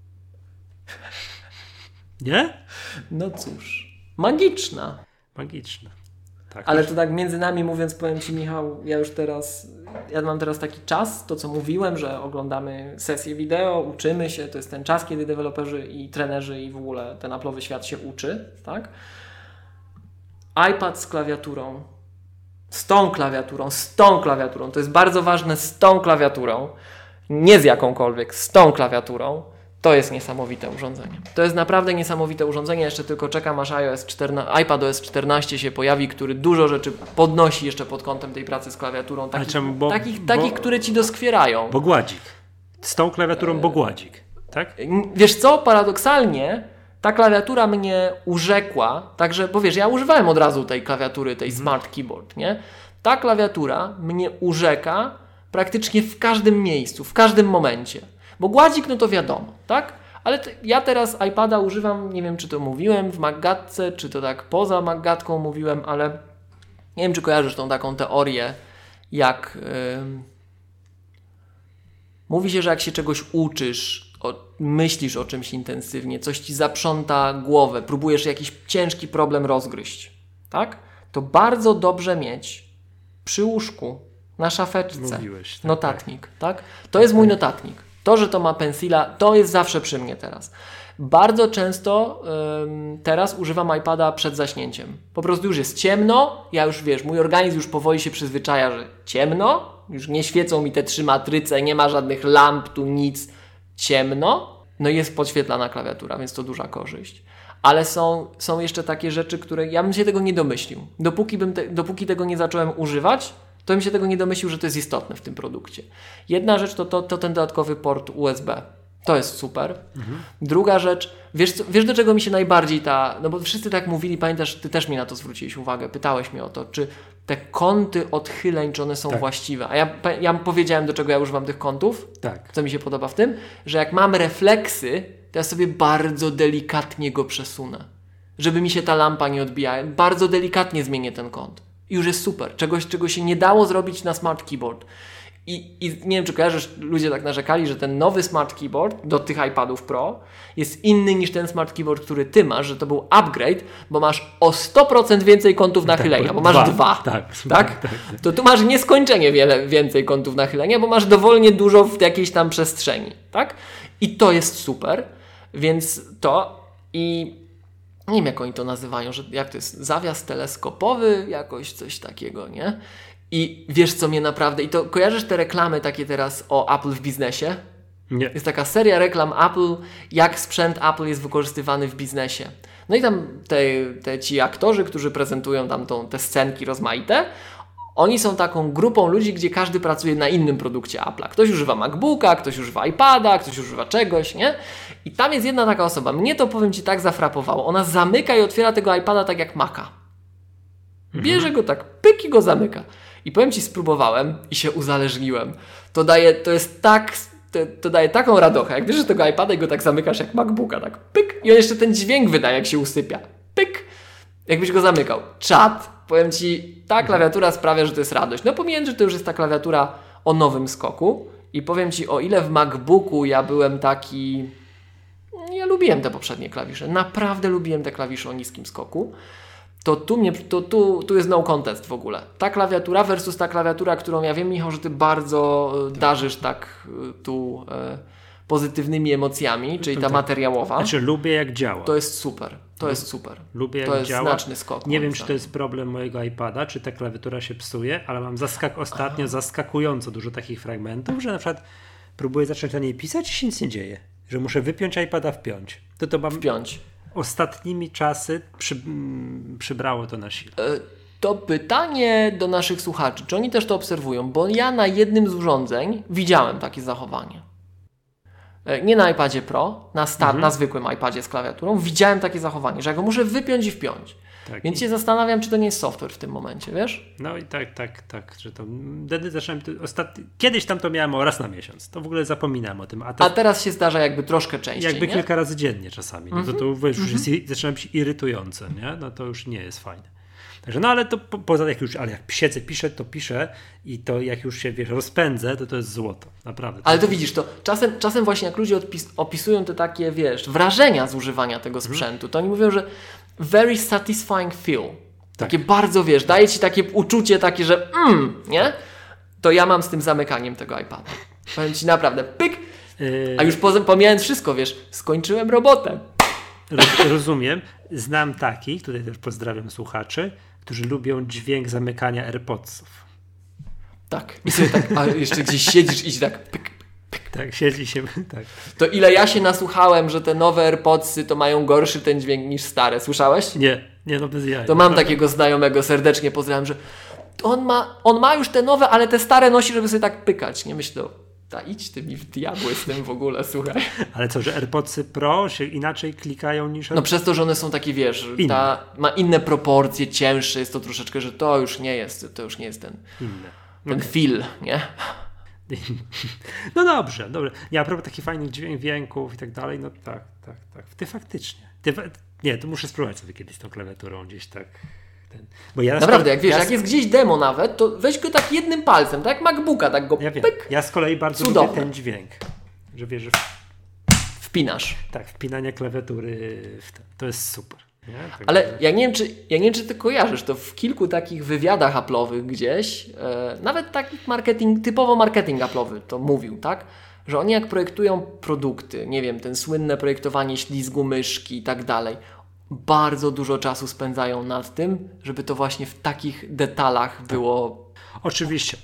Nie? No cóż, magiczna. Tak, ale to tak między nami mówiąc, powiem Ci, Michał, ja mam teraz taki czas, to co mówiłem, że oglądamy sesje wideo, uczymy się, to jest ten czas, kiedy deweloperzy i trenerzy i w ogóle ten Apple'owy świat się uczy, tak? iPad z klawiaturą, z tą klawiaturą, to jest bardzo ważne, z tą klawiaturą, nie z jakąkolwiek, z tą klawiaturą, to jest niesamowite urządzenie. To jest naprawdę niesamowite urządzenie. Jeszcze tylko czekam, aż iPadOS 14 się pojawi, który dużo rzeczy podnosi jeszcze pod kątem tej pracy z klawiaturą. Takich, które ci doskwierają. Bo gładzik. Z tą klawiaturą bo gładzik. Tak? Wiesz co? Paradoksalnie ta klawiatura mnie urzekła. Także, bo wiesz, ja używałem od razu tej klawiatury, tej Smart Keyboard, nie? Ta klawiatura mnie urzeka praktycznie w każdym miejscu, w każdym momencie. Bo gładzik, no to wiadomo, tak? Ale ja teraz iPada używam, nie wiem czy to mówiłem w MacGadce, czy to tak poza MacGadką mówiłem, ale nie wiem czy kojarzysz tą taką teorię, jak mówi się, że jak się czegoś uczysz, myślisz o czymś intensywnie, coś ci zaprząta głowę, próbujesz jakiś ciężki problem rozgryźć, tak? To bardzo dobrze mieć przy łóżku, na szafeczce, notatnik, tak? To jest mój notatnik. To, że to ma pensila, to jest zawsze przy mnie teraz. Bardzo często teraz używam iPada przed zaśnięciem. Po prostu już jest ciemno, ja już wiesz, mój organizm już powoli się przyzwyczaja, że ciemno, już nie świecą mi te 3 matryce, nie ma żadnych lamp, tu nic, ciemno, no i jest podświetlana klawiatura, więc to duża korzyść. Ale są jeszcze takie rzeczy, które ja bym się tego nie domyślił. Dopóki tego nie zacząłem używać, to bym się tego nie domyślił, że to jest istotne w tym produkcie. Jedna rzecz to ten dodatkowy port USB. To jest super. Druga rzecz, wiesz do czego mi się najbardziej no bo wszyscy tak mówili, pamiętasz, ty też mi na to zwróciłeś uwagę, pytałeś mnie o to, czy te kąty odchyleń, czy one są właściwe. A ja powiedziałem, do czego ja używam tych kątów, co mi się podoba w tym, że jak mam refleksy, to ja sobie bardzo delikatnie go przesunę, żeby mi się ta lampa nie odbijała. Bardzo delikatnie zmienię ten kąt. I już jest super. Czegoś, czego się nie dało zrobić na Smart Keyboard. I nie wiem, czy kojarzysz, ludzie tak narzekali, że ten nowy Smart Keyboard do tych iPadów Pro jest inny niż ten Smart Keyboard, który ty masz, że to był upgrade, bo masz o 100% więcej kątów nachylenia, bo masz dwa. Tak? To tu masz nieskończenie więcej kątów nachylenia, bo masz dowolnie dużo w jakiejś tam przestrzeni. Tak? I to jest super, więc i nie wiem, jak oni to nazywają, że jak to jest, zawias teleskopowy, jakoś coś takiego, nie? I wiesz, co mnie naprawdę... I to kojarzysz te reklamy takie teraz o Apple w biznesie? Nie. Jest taka seria reklam Apple, jak sprzęt Apple jest wykorzystywany w biznesie. No i tam ci aktorzy, którzy prezentują tam te scenki rozmaite, oni są taką grupą ludzi, gdzie każdy pracuje na innym produkcie Apple'a. Ktoś używa MacBooka, ktoś używa iPada, ktoś używa czegoś, nie? I tam jest jedna taka osoba. Mnie to, powiem ci, tak zafrapowało. Ona zamyka i otwiera tego iPada tak jak Maca. Bierze go tak, pyk i go zamyka. I powiem ci, spróbowałem i się uzależniłem. To daje taką radochę, jak bierzesz tego iPada i go tak zamykasz jak MacBooka, tak pyk, i on jeszcze ten dźwięk wydaje, jak się usypia. Pyk, jakbyś go zamykał. Czad. Powiem ci, ta klawiatura sprawia, że to jest radość. No pomijając, że to już jest ta klawiatura o nowym skoku i powiem ci, o ile w MacBooku ja byłem taki... Ja lubiłem te poprzednie klawisze. Naprawdę lubiłem te klawisze o niskim skoku. To tu jest no contest w ogóle. Ta klawiatura versus ta klawiatura, którą ja wiem, Michał, że ty bardzo darzysz tu pozytywnymi emocjami, czyli ta materiałowa. Znaczy lubię jak działa. To jest super. To jest super. Lubię jak to jest działa. Znaczny skok. Nie wiem, czy to jest problem mojego iPada, czy ta klawiatura się psuje, ale mam ostatnio zaskakująco dużo takich fragmentów, że na przykład próbuję zacząć na niej pisać i się nic nie dzieje. Że muszę wypiąć iPada, wpiąć. To mam... Wpiąć. Ostatnimi czasy przybrało to na sile. To pytanie do naszych słuchaczy, czy oni też to obserwują, bo ja na jednym z urządzeń widziałem takie zachowanie. Nie na iPadzie Pro, na zwykłym iPadzie z klawiaturą, widziałem takie zachowanie, że ja go muszę wypiąć i wpiąć. Tak. Więc się zastanawiam, czy to nie jest software w tym momencie, wiesz? No i tak, że to wtedy zacząłem, kiedyś tam to miałem raz na miesiąc, to w ogóle zapominałem o tym. A teraz się zdarza jakby troszkę częściej, jakby nie? Kilka razy dziennie czasami, no to już zaczyna być irytujące, nie? No to już nie jest fajne. Także no ale to poza jak siedzę, piszę i to jak już się rozpędzę, to jest złoto, naprawdę. Ale to widzisz, to czasem właśnie jak ludzie opisują te takie, wrażenia z używania tego sprzętu, to oni mówią, że very satisfying feel. Takie bardzo, daje ci takie uczucie takie, że nie? To ja mam z tym zamykaniem tego iPada. Powiem ci naprawdę, pyk, a już pomijając wszystko, skończyłem robotę. Rozumiem. Znam takich, tutaj też pozdrawiam słuchaczy, którzy lubią dźwięk zamykania AirPodsów. Tak. I sobie tak, a jeszcze gdzieś siedzisz i tak pyk, pyk. Tak, siedzi się, tak. To ile ja się nasłuchałem, że te nowe AirPodsy to mają gorszy ten dźwięk niż stare. Słyszałeś? Nie, no bez jaj. To mam takiego znajomego, serdecznie pozdrawiam, że on ma już te nowe, ale te stare nosi, żeby sobie tak pykać. Nie myślę, idź ty mi w diabły z tym w ogóle, słuchaj. Ale co, że AirPodsy Pro się inaczej klikają niż... No przez to, że one są takie, ma inne proporcje, cięższe jest to troszeczkę, że to już nie jest ten feel, nie? No dobrze. Nie, a propos takich fajnych dźwięków i tak dalej, no tak. Ty faktycznie. Nie, to muszę spróbować sobie kiedyś tą klawiaturą gdzieś tak... Bo naprawdę, jak jest gdzieś demo nawet, to weź go tak jednym palcem, tak jak MacBooka, tak go pyk. Ja z kolei bardzo lubię ten dźwięk, że że wpinasz. Tak, wpinanie klawiatury to jest super. Nie? Tak. Ale ja nie wiem, czy ty kojarzysz, to w kilku takich wywiadach Apple'owych gdzieś, nawet taki typowo marketing Apple'owy to mówił, tak? Że oni jak projektują produkty, nie wiem, ten słynne projektowanie ślizgu myszki i tak dalej, bardzo dużo czasu spędzają nad tym, żeby to właśnie w takich detalach było oczywiście.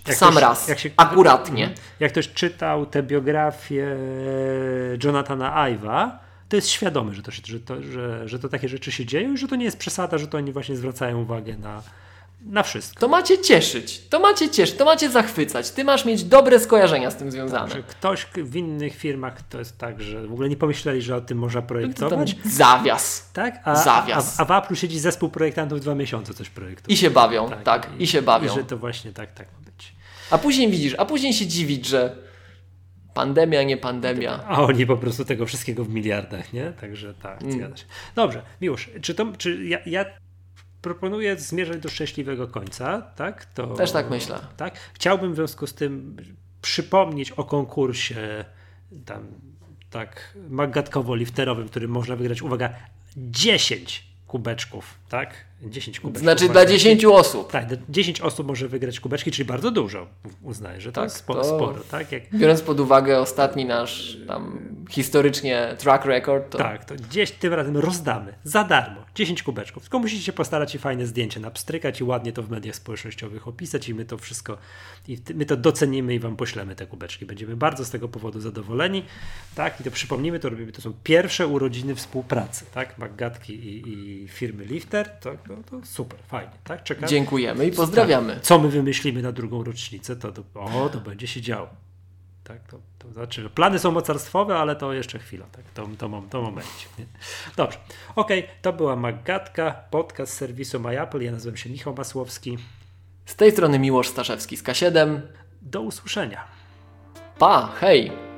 Akuratnie. Jak ktoś czytał tę biografię Jonathana Ive'a, to jest świadome, że to takie rzeczy się dzieją i że to nie jest przesada, że to oni właśnie zwracają uwagę na wszystko. To macie cieszyć, to macie zachwycać. Ty masz mieć dobre skojarzenia z tym związane. Że ktoś w innych firmach to jest tak, że w ogóle nie pomyśleli, że o tym można projektować. Zawias. Tak? Zawias. A w Apple'u siedzi zespół projektantów 2 miesiące coś projektuje. I się bawią, i się bawią. I że to właśnie tak ma być. A później się dziwić, że pandemia, nie pandemia. A oni po prostu tego wszystkiego w miliardach, nie? Także tak, zgadza się. Dobrze, Miłosz, ja proponuję zmierzać do szczęśliwego końca, tak? Też tak myślę. Tak? Chciałbym w związku z tym przypomnieć o konkursie tam tak magatkowo-lifterowym, w którym można wygrać, uwaga, 10 kubeczków, tak? 10 kubeczków. Znaczy dla 10 osób. Tak, 10 osób może wygrać kubeczki, czyli bardzo dużo. Uznaję, że to jest sporo. Tak? Biorąc pod uwagę ostatni nasz tam historycznie track record. Tak, to gdzieś tym razem rozdamy za darmo 10 kubeczków. Tylko musicie się postarać i fajne zdjęcie napstrykać i ładnie to w mediach społecznościowych opisać i my to wszystko, my to docenimy i wam poślemy te kubeczki. Będziemy bardzo z tego powodu zadowoleni. Tak, i to przypomnijmy, to są pierwsze urodziny współpracy, tak? Maggatki i firmy Lifter. To super, fajnie, tak? Czekamy. Dziękujemy i pozdrawiamy. Tak. Co my wymyślimy na drugą rocznicę, to będzie się działo. Tak, to znaczy, plany są mocarstwowe, ale to jeszcze chwila, tak? To momencie. Nie? Dobrze, okej, to była Maggatka, podcast serwisu MyApple. Ja nazywam się Michał Masłowski. Z tej strony Miłosz Staszewski z K7. Do usłyszenia. Pa, hej!